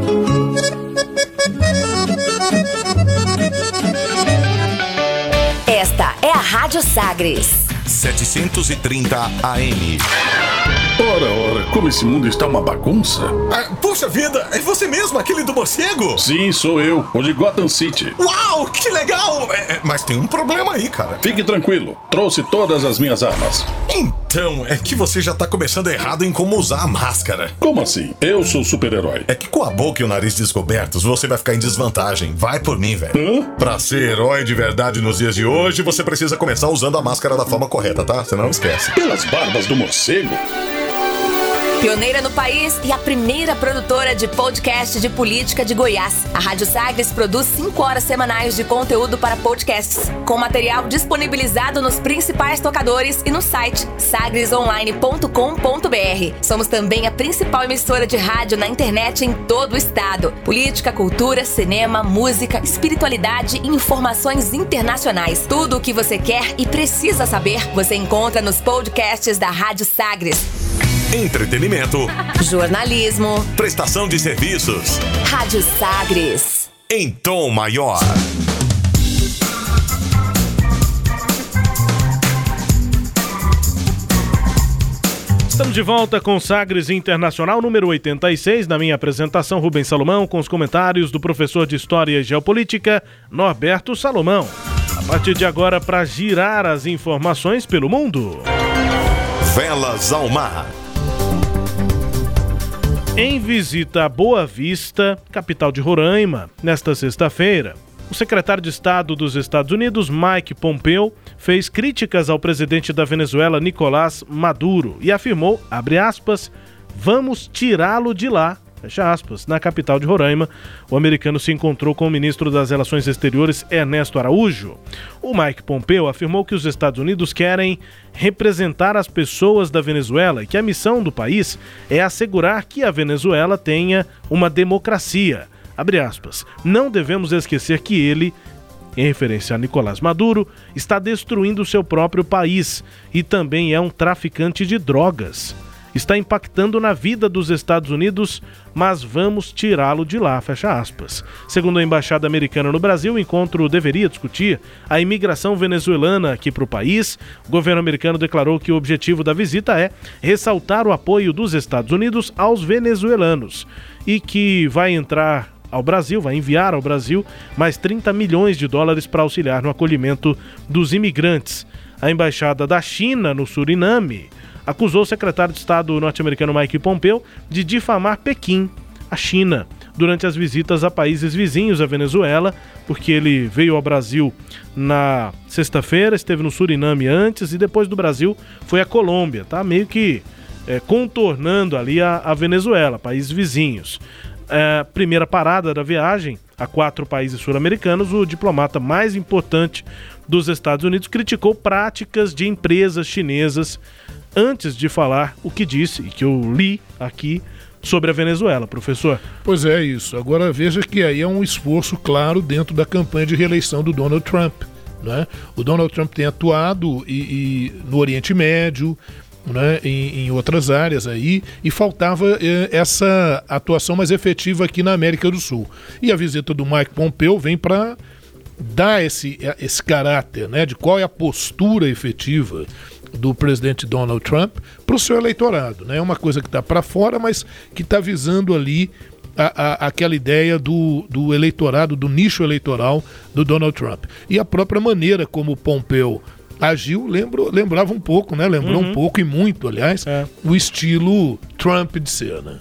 Esta é a Rádio Sagres. 730 AM. Ora, como esse mundo está uma bagunça. Puxa vida, é você mesmo, aquele do morcego? Sim, sou eu, o de Gotham City. Uau, que legal! Mas tem um problema aí, cara. Fique tranquilo, trouxe todas as minhas armas. Então, é que você já tá começando errado em como usar a máscara. Como assim? Eu sou super-herói. É que com a boca e o nariz descobertos, você vai ficar em desvantagem. Vai por mim, velho. Pra ser herói de verdade nos dias de hoje, você precisa começar usando a máscara da forma correta, tá? Você não esquece. Pelas barbas do morcego? Pioneira no país e a primeira produtora de podcast de política de Goiás. A Rádio Sagres produz 5 horas semanais de conteúdo para podcasts, com material disponibilizado nos principais tocadores e no site sagresonline.com.br. Somos também a principal emissora de rádio na internet em todo o estado. Política, cultura, cinema, música, espiritualidade e informações internacionais. Tudo o que você quer e precisa saber, você encontra nos podcasts da Rádio Sagres. Entretenimento, jornalismo, prestação de serviços. Rádio Sagres, em tom maior. Estamos de volta com Sagres Internacional número 86, na minha apresentação, Rubens Salomão, com os comentários do professor de História e Geopolítica, Norberto Salomão. A partir de agora, para girar as informações pelo mundo. Velas ao mar. Em visita a Boa Vista, capital de Roraima, nesta sexta-feira, o secretário de Estado dos Estados Unidos, Mike Pompeo, fez críticas ao presidente da Venezuela, Nicolás Maduro, e afirmou, abre aspas, vamos tirá-lo de lá, fecha aspas. Na capital de Roraima, o americano se encontrou com o ministro das Relações Exteriores, Ernesto Araújo. O Mike Pompeo afirmou que os Estados Unidos querem representar as pessoas da Venezuela e que a missão do país é assegurar que a Venezuela tenha uma democracia. Abre aspas. Não devemos esquecer que ele, em referência a Nicolás Maduro, está destruindo seu próprio país e também é um traficante de drogas. Está impactando na vida dos Estados Unidos, mas vamos tirá-lo de lá, fecha aspas. Segundo a Embaixada Americana no Brasil, o encontro deveria discutir a imigração venezuelana aqui para o país. O governo americano declarou que o objetivo da visita é ressaltar o apoio dos Estados Unidos aos venezuelanos e que vai enviar ao Brasil mais 30 milhões de dólares para auxiliar no acolhimento dos imigrantes. A Embaixada da China no Suriname acusou o secretário de Estado norte-americano Mike Pompeo de difamar Pequim, a China, durante as visitas a países vizinhos à Venezuela, porque ele veio ao Brasil na sexta-feira, esteve no Suriname antes e depois do Brasil foi à Colômbia, tá? Meio que contornando ali a Venezuela, países vizinhos. Primeira parada da viagem a 4 países sul-americanos, o diplomata mais importante dos Estados Unidos criticou práticas de empresas chinesas antes de falar o que disse, e que eu li aqui, sobre a Venezuela, professor. Pois é, isso. Agora veja que aí é um esforço claro dentro da campanha de reeleição do Donald Trump, né? O Donald Trump tem atuado no Oriente Médio, né, em outras áreas aí, e faltava essa atuação mais efetiva aqui na América do Sul. E a visita do Mike Pompeo vem para dar esse caráter, né, de qual é a postura efetiva do presidente Donald Trump para o seu eleitorado, né? É uma coisa que está para fora, mas que está visando ali aquela ideia do eleitorado, do nicho eleitoral do Donald Trump. E a própria maneira como o Pompeo agiu lembrava um pouco, né? Lembrou um pouco e muito, aliás, o estilo Trump de ser, né?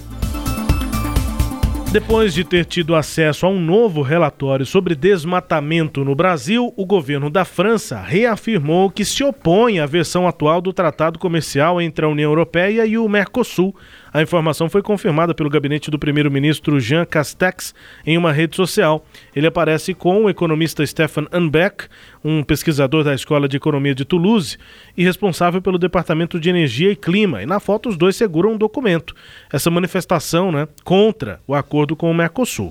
Depois de ter tido acesso a um novo relatório sobre desmatamento no Brasil, o governo da França reafirmou que se opõe à versão atual do tratado comercial entre a União Europeia e o Mercosul. A informação foi confirmada pelo gabinete do primeiro-ministro Jean Castex em uma rede social. Ele aparece com o economista Stefan Anbeck, um pesquisador da Escola de Economia de Toulouse e responsável pelo Departamento de Energia e Clima. E na foto os dois seguram um documento. Essa manifestação, né, contra o acordo com o Mercosul.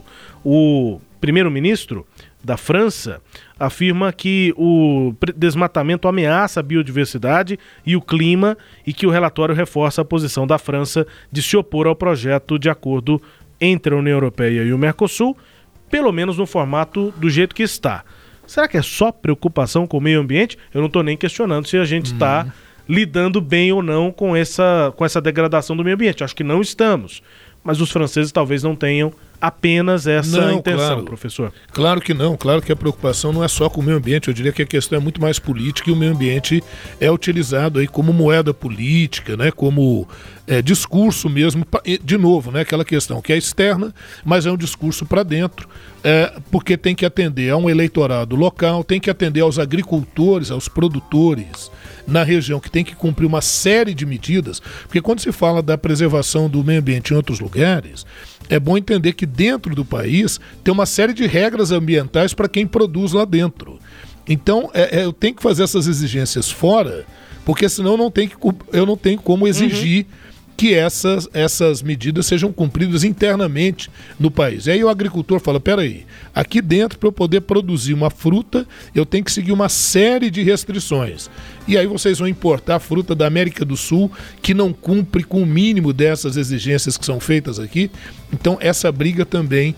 O primeiro-ministro da França afirma que o desmatamento ameaça a biodiversidade e o clima e que o relatório reforça a posição da França de se opor ao projeto de acordo entre a União Europeia e o Mercosul, pelo menos no formato do jeito que está. Será que é só preocupação com o meio ambiente? Eu não estou nem questionando se a gente está lidando bem ou não com essa degradação do meio ambiente. Acho que não estamos. Mas os franceses talvez não tenham apenas essa intenção, claro, professor. Claro que não, claro que a preocupação não é só com o meio ambiente, eu diria que a questão é muito mais política e o meio ambiente é utilizado aí como moeda política, né, como discurso mesmo, de novo, né, aquela questão que é externa, mas é um discurso para dentro, porque tem que atender a um eleitorado local, tem que atender aos agricultores, aos produtores na região, que tem que cumprir uma série de medidas, porque quando se fala da preservação do meio ambiente em outros lugares, é bom entender que dentro do país tem uma série de regras ambientais para quem produz lá dentro. Então, eu tenho que fazer essas exigências fora, porque senão eu não tenho como exigir que essas medidas sejam cumpridas internamente no país. E aí o agricultor fala, peraí, aqui dentro para eu poder produzir uma fruta, eu tenho que seguir uma série de restrições. E aí vocês vão importar fruta da América do Sul que não cumpre com o mínimo dessas exigências que são feitas aqui. Então essa briga também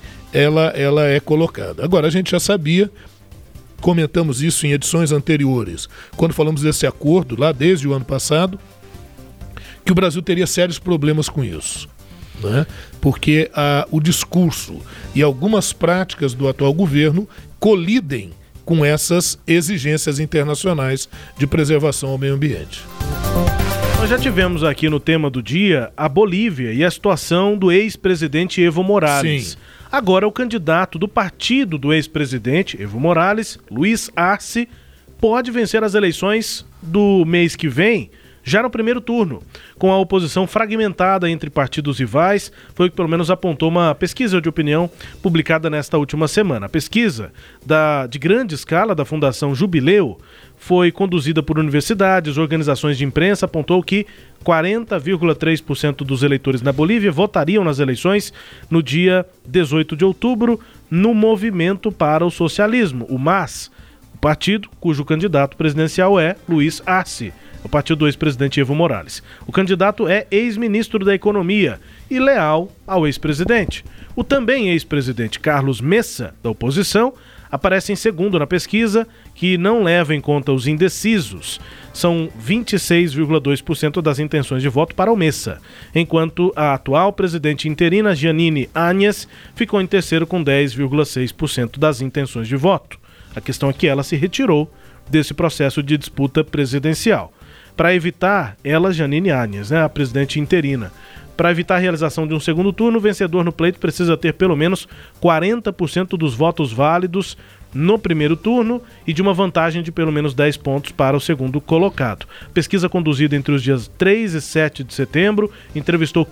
ela é colocada. Agora, a gente já sabia, comentamos isso em edições anteriores, quando falamos desse acordo lá desde o ano passado, que o Brasil teria sérios problemas com isso, né? Porque o discurso e algumas práticas do atual governo colidem com essas exigências internacionais de preservação ao meio ambiente. Nós já tivemos aqui no tema do dia a Bolívia e a situação do ex-presidente Evo Morales. Sim. Agora o candidato do partido do ex-presidente Evo Morales, Luiz Arce, pode vencer as eleições do mês que vem, já no primeiro turno, com a oposição fragmentada entre partidos rivais. Foi o que pelo menos apontou uma pesquisa de opinião publicada nesta última semana. A pesquisa de grande escala da Fundação Jubileu foi conduzida por universidades, organizações de imprensa, apontou que 40,3% dos eleitores na Bolívia votariam nas eleições no dia 18 de outubro no Movimento para o Socialismo, o MAS, o partido cujo candidato presidencial é Luiz Arce, o partido do ex-presidente Evo Morales. O candidato é ex-ministro da Economia e leal ao ex-presidente. O também ex-presidente Carlos Messa, da oposição, aparece em segundo na pesquisa, que não leva em conta os indecisos. São 26,2% das intenções de voto para o Messa, enquanto a atual presidente interina, Jeanine Áñez, ficou em terceiro com 10,6% das intenções de voto. A questão é que ela se retirou desse processo de disputa presidencial. Para evitar, Jeanine Áñez, a presidente interina, para evitar a realização de um segundo turno, o vencedor no pleito precisa ter pelo menos 40% dos votos válidos no primeiro turno e de uma vantagem de pelo menos 10 pontos para o segundo colocado. Pesquisa conduzida entre os dias 3 e 7 de setembro entrevistou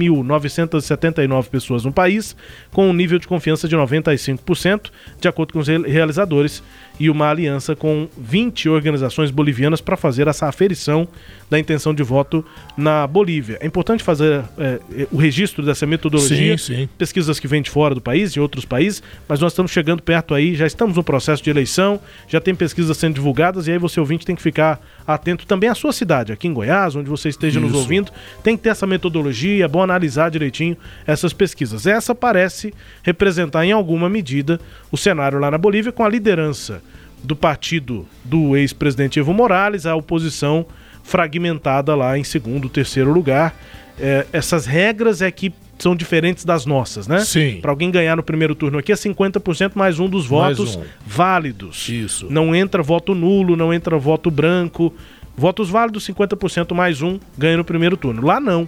15.979 pessoas no país, com um nível de confiança de 95%, de acordo com os realizadores, e uma aliança com 20 organizações bolivianas para fazer essa aferição da intenção de voto na Bolívia. É importante fazer o registro dessa metodologia, sim. Pesquisas que vêm de fora do país, de outros países, mas nós estamos chegando perto aí, já estamos no processo de eleição, já tem pesquisas sendo divulgadas, e aí você, ouvinte, tem que ficar atento também à sua cidade, aqui em Goiás, onde você esteja nos ouvindo, tem que ter essa metodologia, é bom analisar direitinho essas pesquisas. Essa parece representar em alguma medida o cenário lá na Bolívia, com a liderança do partido do ex-presidente Evo Morales, a oposição fragmentada lá em segundo, terceiro lugar. Essas regras que são diferentes das nossas, né? Sim. Para alguém ganhar no primeiro turno aqui é 50% mais um dos votos válidos. Isso. Não entra voto nulo, não entra voto branco. Votos válidos, 50% mais um, ganha no primeiro turno. Lá não.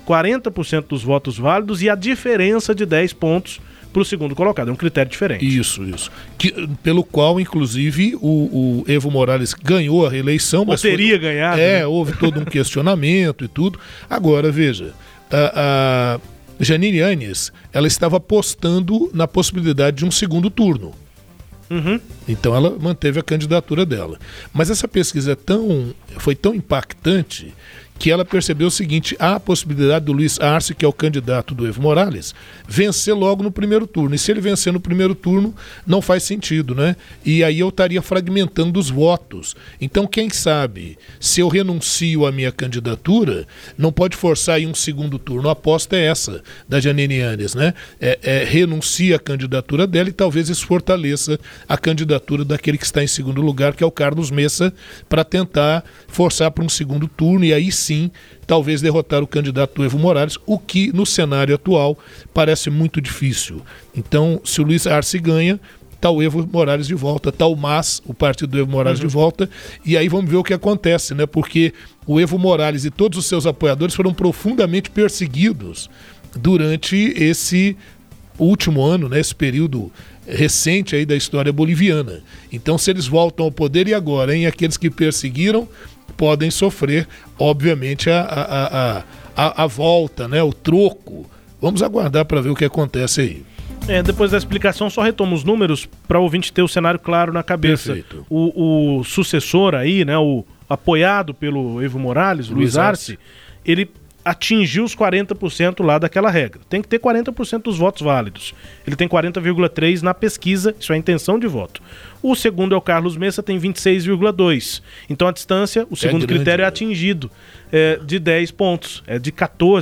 40% dos votos válidos e a diferença de 10 pontos para o segundo colocado. É um critério diferente. Isso. Pelo qual, inclusive, o Evo Morales ganhou a reeleição. Mas teria ganhado. Né? Houve todo um questionamento e tudo. Agora, veja, a Jeanine Áñez, ela estava apostando na possibilidade de um segundo turno. Uhum. Então ela manteve a candidatura dela. Mas essa pesquisa foi tão impactante que ela percebeu o seguinte: há a possibilidade do Luiz Arce, que é o candidato do Evo Morales, vencer logo no primeiro turno. E se ele vencer no primeiro turno, não faz sentido, né? E aí eu estaria fragmentando os votos. Então, quem sabe, se eu renuncio à minha candidatura, não pode forçar aí um segundo turno. A aposta é essa, da Jeanine Áñez, né? Renuncia à candidatura dela e talvez isso fortaleça a candidatura daquele que está em segundo lugar, que é o Carlos Mesa, para tentar forçar para um segundo turno e aí sim, talvez derrotar o candidato do Evo Morales, o que no cenário atual parece muito difícil. Então, se o Luiz Arce ganha, está o Evo Morales de volta, está o MAS, o partido do Evo Morales de volta, e aí vamos ver o que acontece, né? Porque o Evo Morales e todos os seus apoiadores foram profundamente perseguidos durante esse último ano, né? Esse período recente aí da história boliviana. Então, se eles voltam ao poder, e agora, hein? Aqueles que perseguiram podem sofrer, obviamente, a volta, né? O troco. Vamos aguardar para ver o que acontece aí. Depois da explicação, só retomo os números para o ouvinte ter o cenário claro na cabeça. Perfeito. O sucessor aí, né? O apoiado pelo Evo Morales, Luiz Arce, ele atingiu os 40% lá daquela regra. Tem que ter 40% dos votos válidos. Ele tem 40,3% na pesquisa, isso é a intenção de voto. O segundo é o Carlos Mesa, tem 26,2%. Então a distância, o segundo critério é atingido, de 10 pontos, de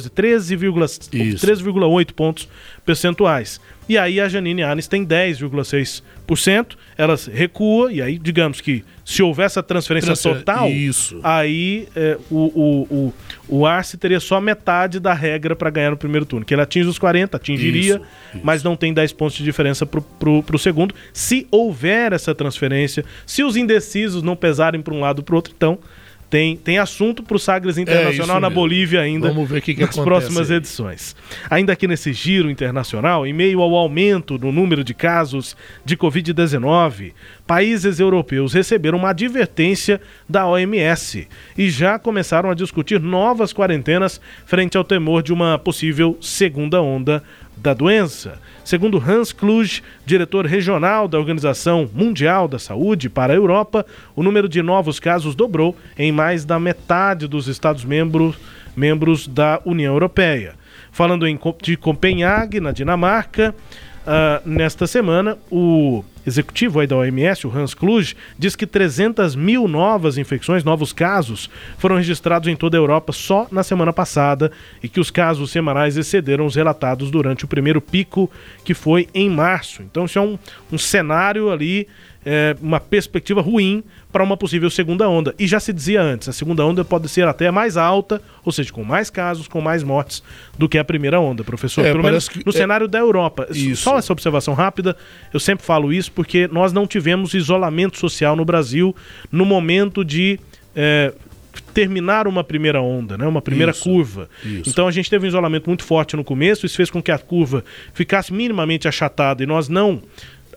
13,8 pontos percentuais. E aí a Jeanine Áñez tem 10,6%, ela recua, e aí digamos que se houver essa transferência total, aí o Arce teria só metade da regra para ganhar no primeiro turno, que ele atinge os 40, atingiria, mas não tem 10 pontos de diferença pro segundo. Se houver essa transferência, se os indecisos não pesarem para um lado ou para o outro, então tem assunto para o Sagres Internacional na Bolívia ainda. Vamos ver o que nas próximas edições. Ainda aqui nesse giro internacional, em meio ao aumento no número de casos de Covid-19, países europeus receberam uma advertência da OMS e já começaram a discutir novas quarentenas frente ao temor de uma possível segunda onda da doença. Segundo Hans Kluge, diretor regional da Organização Mundial da Saúde para a Europa, o número de novos casos dobrou em mais da metade dos Estados-membros da União Europeia. Falando de Copenhague, na Dinamarca, nesta semana, o executivo aí da OMS, o Hans Kluge, diz que 300 mil novas infecções, novos casos, foram registrados em toda a Europa só na semana passada e que os casos semanais excederam os relatados durante o primeiro pico, que foi em março. Então isso é um cenário ali, uma perspectiva ruim para uma possível segunda onda. E já se dizia antes, a segunda onda pode ser até mais alta, ou seja, com mais casos, com mais mortes do que a primeira onda, professor. Pelo menos no cenário da Europa. Isso. Só essa observação rápida, eu sempre falo isso porque nós não tivemos isolamento social no Brasil no momento de terminar uma primeira onda, né? Uma primeira curva. Então a gente teve um isolamento muito forte no começo, isso fez com que a curva ficasse minimamente achatada e nós não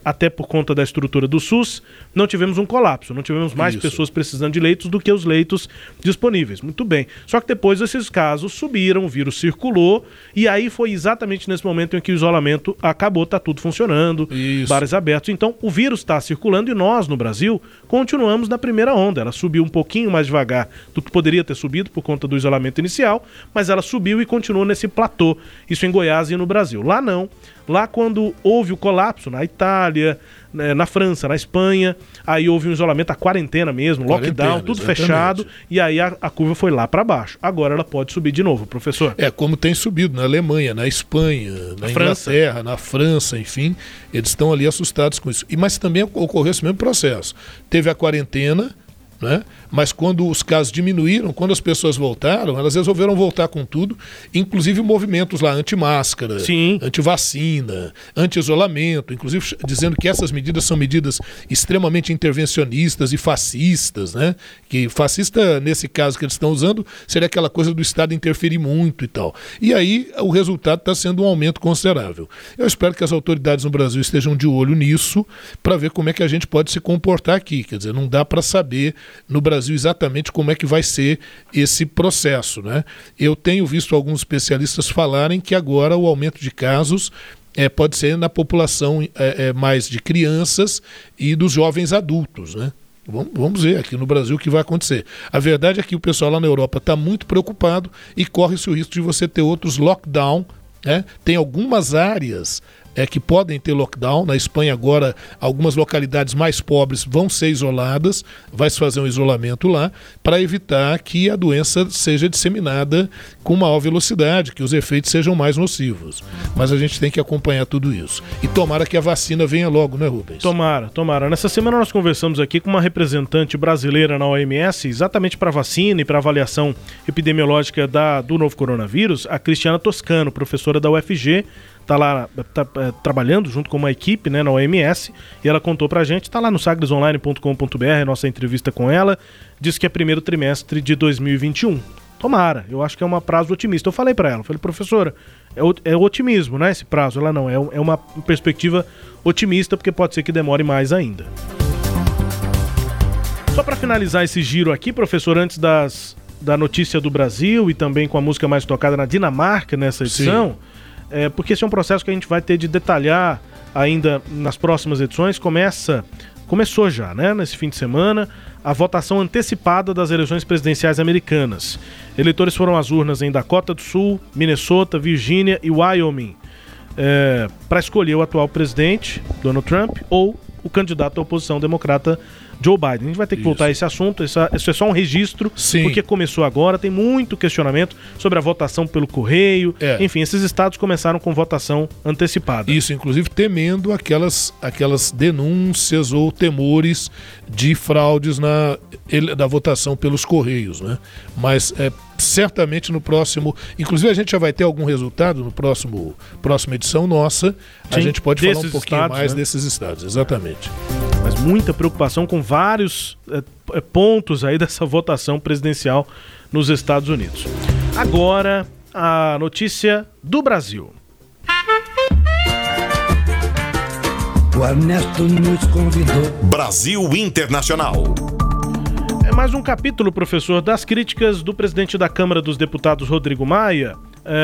até por conta da estrutura do SUS, não tivemos um colapso, não tivemos mais pessoas precisando de leitos do que os leitos disponíveis. Muito bem. Só que depois esses casos subiram, o vírus circulou, e aí foi exatamente nesse momento em que o isolamento acabou, tá tudo funcionando, bares abertos. Então, o vírus está circulando e nós, no Brasil, continuamos na primeira onda. Ela subiu um pouquinho mais devagar do que poderia ter subido por conta do isolamento inicial, mas ela subiu e continua nesse platô. Isso em Goiás e no Brasil. Lá não. Lá quando houve o colapso na Itália, na França, na Espanha, aí houve um isolamento, a quarentena mesmo, lockdown, tudo fechado, e aí a curva foi lá para baixo. Agora ela pode subir de novo, professor. Como tem subido na Alemanha, na Espanha, na Inglaterra, na França, enfim, eles estão ali assustados com isso. Mas também ocorreu esse mesmo processo. Teve a quarentena, né? Mas quando os casos diminuíram, quando as pessoas voltaram, elas resolveram voltar com tudo, inclusive movimentos lá anti-máscara, anti-vacina, anti-isolamento, inclusive dizendo que essas medidas são medidas extremamente intervencionistas e fascistas, né? Que fascista, nesse caso que eles estão usando, seria aquela coisa do Estado interferir muito e tal. E aí o resultado está sendo um aumento considerável. Eu espero que as autoridades no Brasil estejam de olho nisso para ver como é que a gente pode se comportar aqui. Quer dizer, não dá para saber no Brasil exatamente como é que vai ser esse processo, né? Eu tenho visto alguns especialistas falarem que agora o aumento de casos pode ser na população mais de crianças e dos jovens adultos, né? Vamos ver aqui no Brasil o que vai acontecer. A verdade é que o pessoal lá na Europa está muito preocupado e corre-se o risco de você ter outros lockdown, né? Tem algumas áreas que podem ter lockdown. Na Espanha agora, algumas localidades mais pobres vão ser isoladas, vai se fazer um isolamento lá, para evitar que a doença seja disseminada com maior velocidade, que os efeitos sejam mais nocivos. Mas a gente tem que acompanhar tudo isso. E tomara que a vacina venha logo, né, Rubens? Tomara. Nessa semana nós conversamos aqui com uma representante brasileira na OMS, exatamente para vacina e para avaliação epidemiológica do novo coronavírus, a Cristiana Toscano, professora da UFG, está lá trabalhando junto com uma equipe, né, na OMS, e ela contou pra gente, está lá no sagresonline.com.br, nossa entrevista com ela, diz que é primeiro trimestre de 2021. Tomara, eu acho que é um prazo otimista. Eu falei pra ela, professora, é otimismo, né, esse prazo? Ela não, é uma perspectiva otimista, porque pode ser que demore mais ainda. Só para finalizar esse giro aqui, professor, antes da notícia do Brasil e também com a música mais tocada na Dinamarca nessa edição, porque esse é um processo que a gente vai ter de detalhar ainda nas próximas edições. Começou já, né, nesse fim de semana, a votação antecipada das eleições presidenciais americanas. Eleitores foram às urnas em Dakota do Sul, Minnesota, Virgínia e Wyoming para escolher o atual presidente, Donald Trump, ou o candidato à oposição democrata, Joe Biden. A gente vai ter que voltar a esse assunto, isso é só um registro, porque começou agora, tem muito questionamento sobre a votação pelo correio, enfim, esses estados começaram com votação antecipada. Isso, inclusive temendo aquelas denúncias ou temores de fraudes da votação pelos correios, né? Mas certamente no próximo, inclusive a gente já vai ter algum resultado no próxima edição nossa, a gente pode falar um pouquinho mais desses estados, exatamente. Mas muita preocupação com vários pontos aí dessa votação presidencial nos Estados Unidos. Agora, a notícia do Brasil. O Ernesto nos convidou. Brasil Internacional. É mais um capítulo, professor, das críticas do presidente da Câmara dos Deputados, Rodrigo Maia,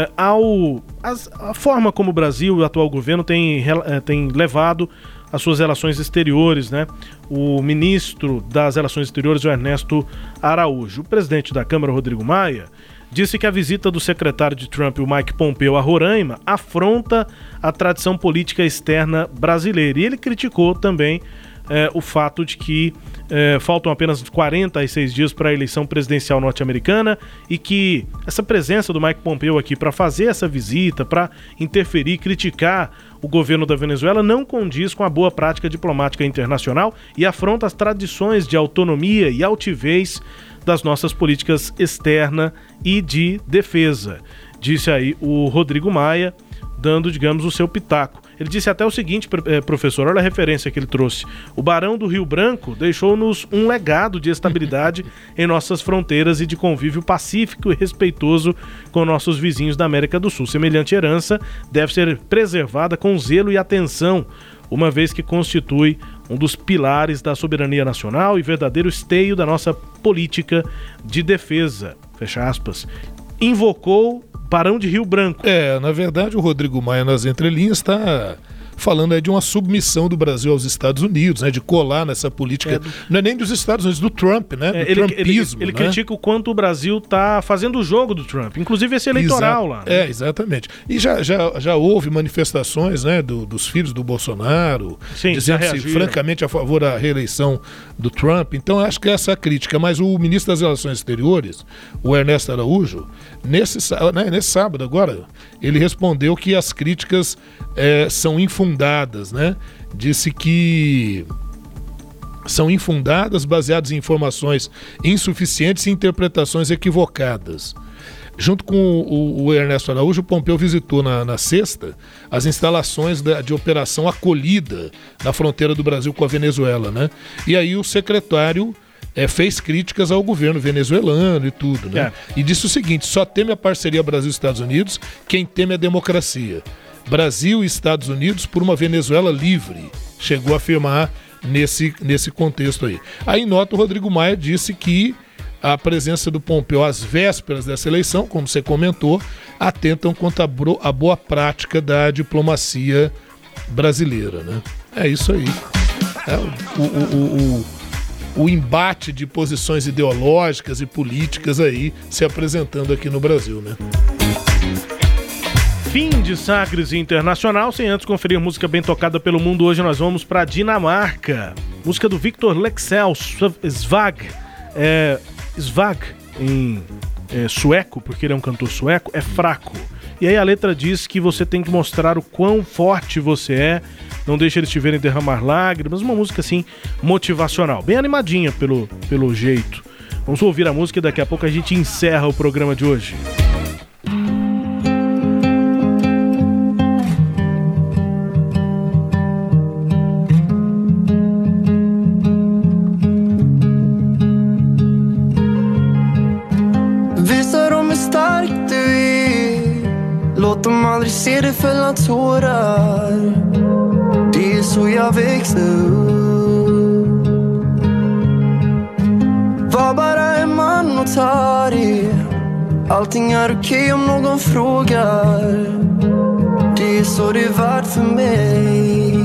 a forma como o Brasil e o atual governo tem levado as suas relações exteriores, né? O ministro das Relações Exteriores, o Ernesto Araújo. O presidente da Câmara, Rodrigo Maia, disse que a visita do secretário de Trump, o Mike Pompeo, a Roraima, afronta a tradição política externa brasileira. E ele criticou também o fato de que faltam apenas 46 dias para a eleição presidencial norte-americana e que essa presença do Mike Pompeo aqui para fazer essa visita, para interferir, criticar o governo da Venezuela não condiz com a boa prática diplomática internacional e afronta as tradições de autonomia e altivez das nossas políticas externa e de defesa. Disse aí o Rodrigo Maia, dando, digamos, o seu pitaco. Ele disse até o seguinte, professor, olha a referência que ele trouxe. O Barão do Rio Branco deixou-nos um legado de estabilidade em nossas fronteiras e de convívio pacífico e respeitoso com nossos vizinhos da América do Sul. Semelhante herança deve ser preservada com zelo e atenção, uma vez que constitui um dos pilares da soberania nacional e verdadeiro esteio da nossa política de defesa, fecha aspas. Invocou Barão de Rio Branco. Na verdade, o Rodrigo Maia, nas entrelinhas, está falando aí de uma submissão do Brasil aos Estados Unidos, né, de colar nessa política, não é nem dos Estados Unidos, do Trump, né, do trumpismo. Ele critica o quanto o Brasil está fazendo o jogo do Trump, inclusive esse eleitoral lá. Né? Exatamente. E já houve manifestações, né, dos filhos do Bolsonaro, dizendo-se francamente a favor da reeleição do Trump. Então acho que essa é a crítica. Mas o ministro das Relações Exteriores, o Ernesto Araújo, nesse sábado agora, ele respondeu que as críticas são infundadas, né? Disse que são infundadas, baseadas em informações insuficientes e interpretações equivocadas. Junto com o Ernesto Araújo, o Pompeu visitou na sexta as instalações de Operação Acolhida na fronteira do Brasil com a Venezuela, né? E aí o secretário fez críticas ao governo venezuelano e tudo, né? E disse o seguinte: só teme a parceria Brasil-Estados Unidos quem teme a democracia. Brasil e Estados Unidos por uma Venezuela livre, chegou a afirmar nesse contexto aí. Aí nota, o Rodrigo Maia disse que a presença do Pompeu às vésperas dessa eleição, como você comentou, atentam contra a boa prática da diplomacia brasileira, né? É isso aí. O embate de posições ideológicas e políticas aí se apresentando aqui no Brasil, né? Fim de Sagres Internacional, sem antes conferir música bem tocada pelo mundo. Hoje nós vamos para Dinamarca. Música do Victor Leksell, Svag. Svag em sueco, porque ele é um cantor sueco, é fraco. E aí a letra diz que você tem que mostrar o quão forte você é, não deixe eles te verem derramar lágrimas, uma música assim motivacional, bem animadinha pelo jeito. Vamos ouvir a música e daqui a pouco a gente encerra o programa de hoje. Låt dem aldrig se dig fälla tårar. Det är så jag växte upp. Var bara en man och tar det. Allting är okej om någon frågar. Det är så det är värt för mig.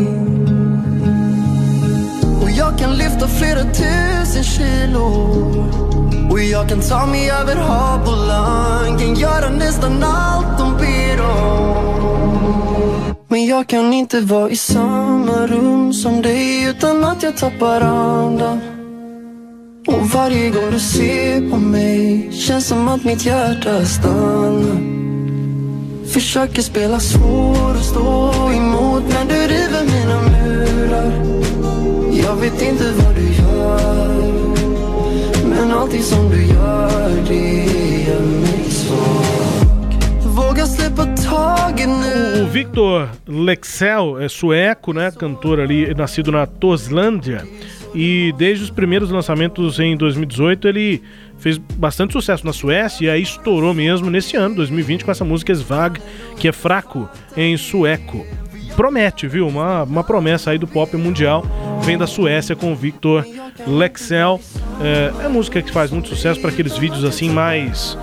Och jag kan lyfta flera 1000 kilo. Och jag kan ta mig över hav och land. Kan göra nästan allt de ber om. Men jag kan inte vara i samma rum som dig utan att jag tappar andan. Och varje gång du ser på mig känns som att mitt hjärta stannar. Försöker spela svår och stå emot, men du river mina murar. Jag vet inte vad du gör, men allting som du gör, det gör mig svag. Våga släppa taget nu. O Victor Leksell é sueco, né? Cantor ali, nascido na Torslândia. E desde os primeiros lançamentos em 2018 ele fez bastante sucesso na Suécia e aí estourou mesmo nesse ano, 2020, com essa música Svag, que é fraco em sueco. Promete, viu? Uma promessa aí do pop mundial. Vem da Suécia com o Victor Leksell. É música que faz muito sucesso para aqueles vídeos assim mais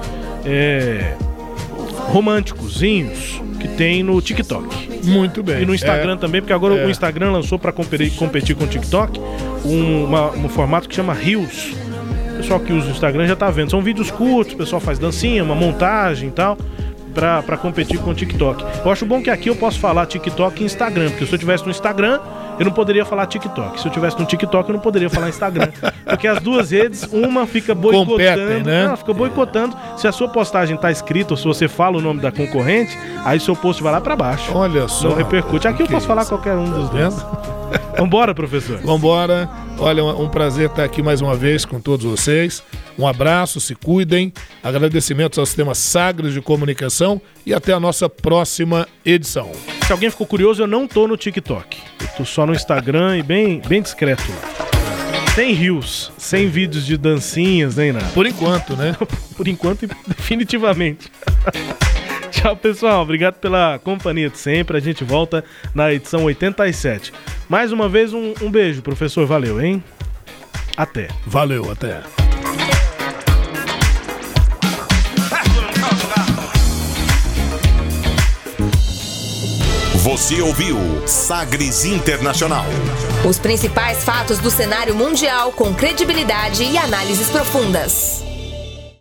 românticozinhos que tem no TikTok. Muito bem. E no Instagram também, porque agora o Instagram lançou para competir com o TikTok um formato que chama Reels. O pessoal que usa o Instagram já tá vendo. São vídeos curtos, o pessoal faz dancinha, uma montagem e tal, pra competir com o TikTok. Eu acho bom que aqui eu posso falar TikTok e Instagram, porque se eu tivesse no Instagram, eu não poderia falar TikTok. Se eu tivesse no TikTok, eu não poderia falar Instagram. Porque as duas redes, uma fica boicotando. Competem, né? Ela fica boicotando. Se a sua postagem tá escrita, ou se você fala o nome da concorrente, aí seu post vai lá pra baixo. Olha só. Não repercute. Aqui eu posso falar qualquer um dos dois. Vambora, professor. Vambora. Olha, um prazer estar aqui mais uma vez com todos vocês. Um abraço, se cuidem. Agradecimentos ao Sistema Sagres de Comunicação e até a nossa próxima edição. Se alguém ficou curioso, eu não tô no TikTok. Eu tô só no Instagram e bem discreto. Sem reels, sem vídeos de dancinhas, nem nada. Por enquanto, né? Por enquanto, definitivamente. Tchau, pessoal. Obrigado pela companhia de sempre. A gente volta na edição 87. Mais uma vez, um beijo, professor. Valeu, hein? Até. Valeu, até. Você ouviu Sagres Internacional. Os principais fatos do cenário mundial com credibilidade e análises profundas.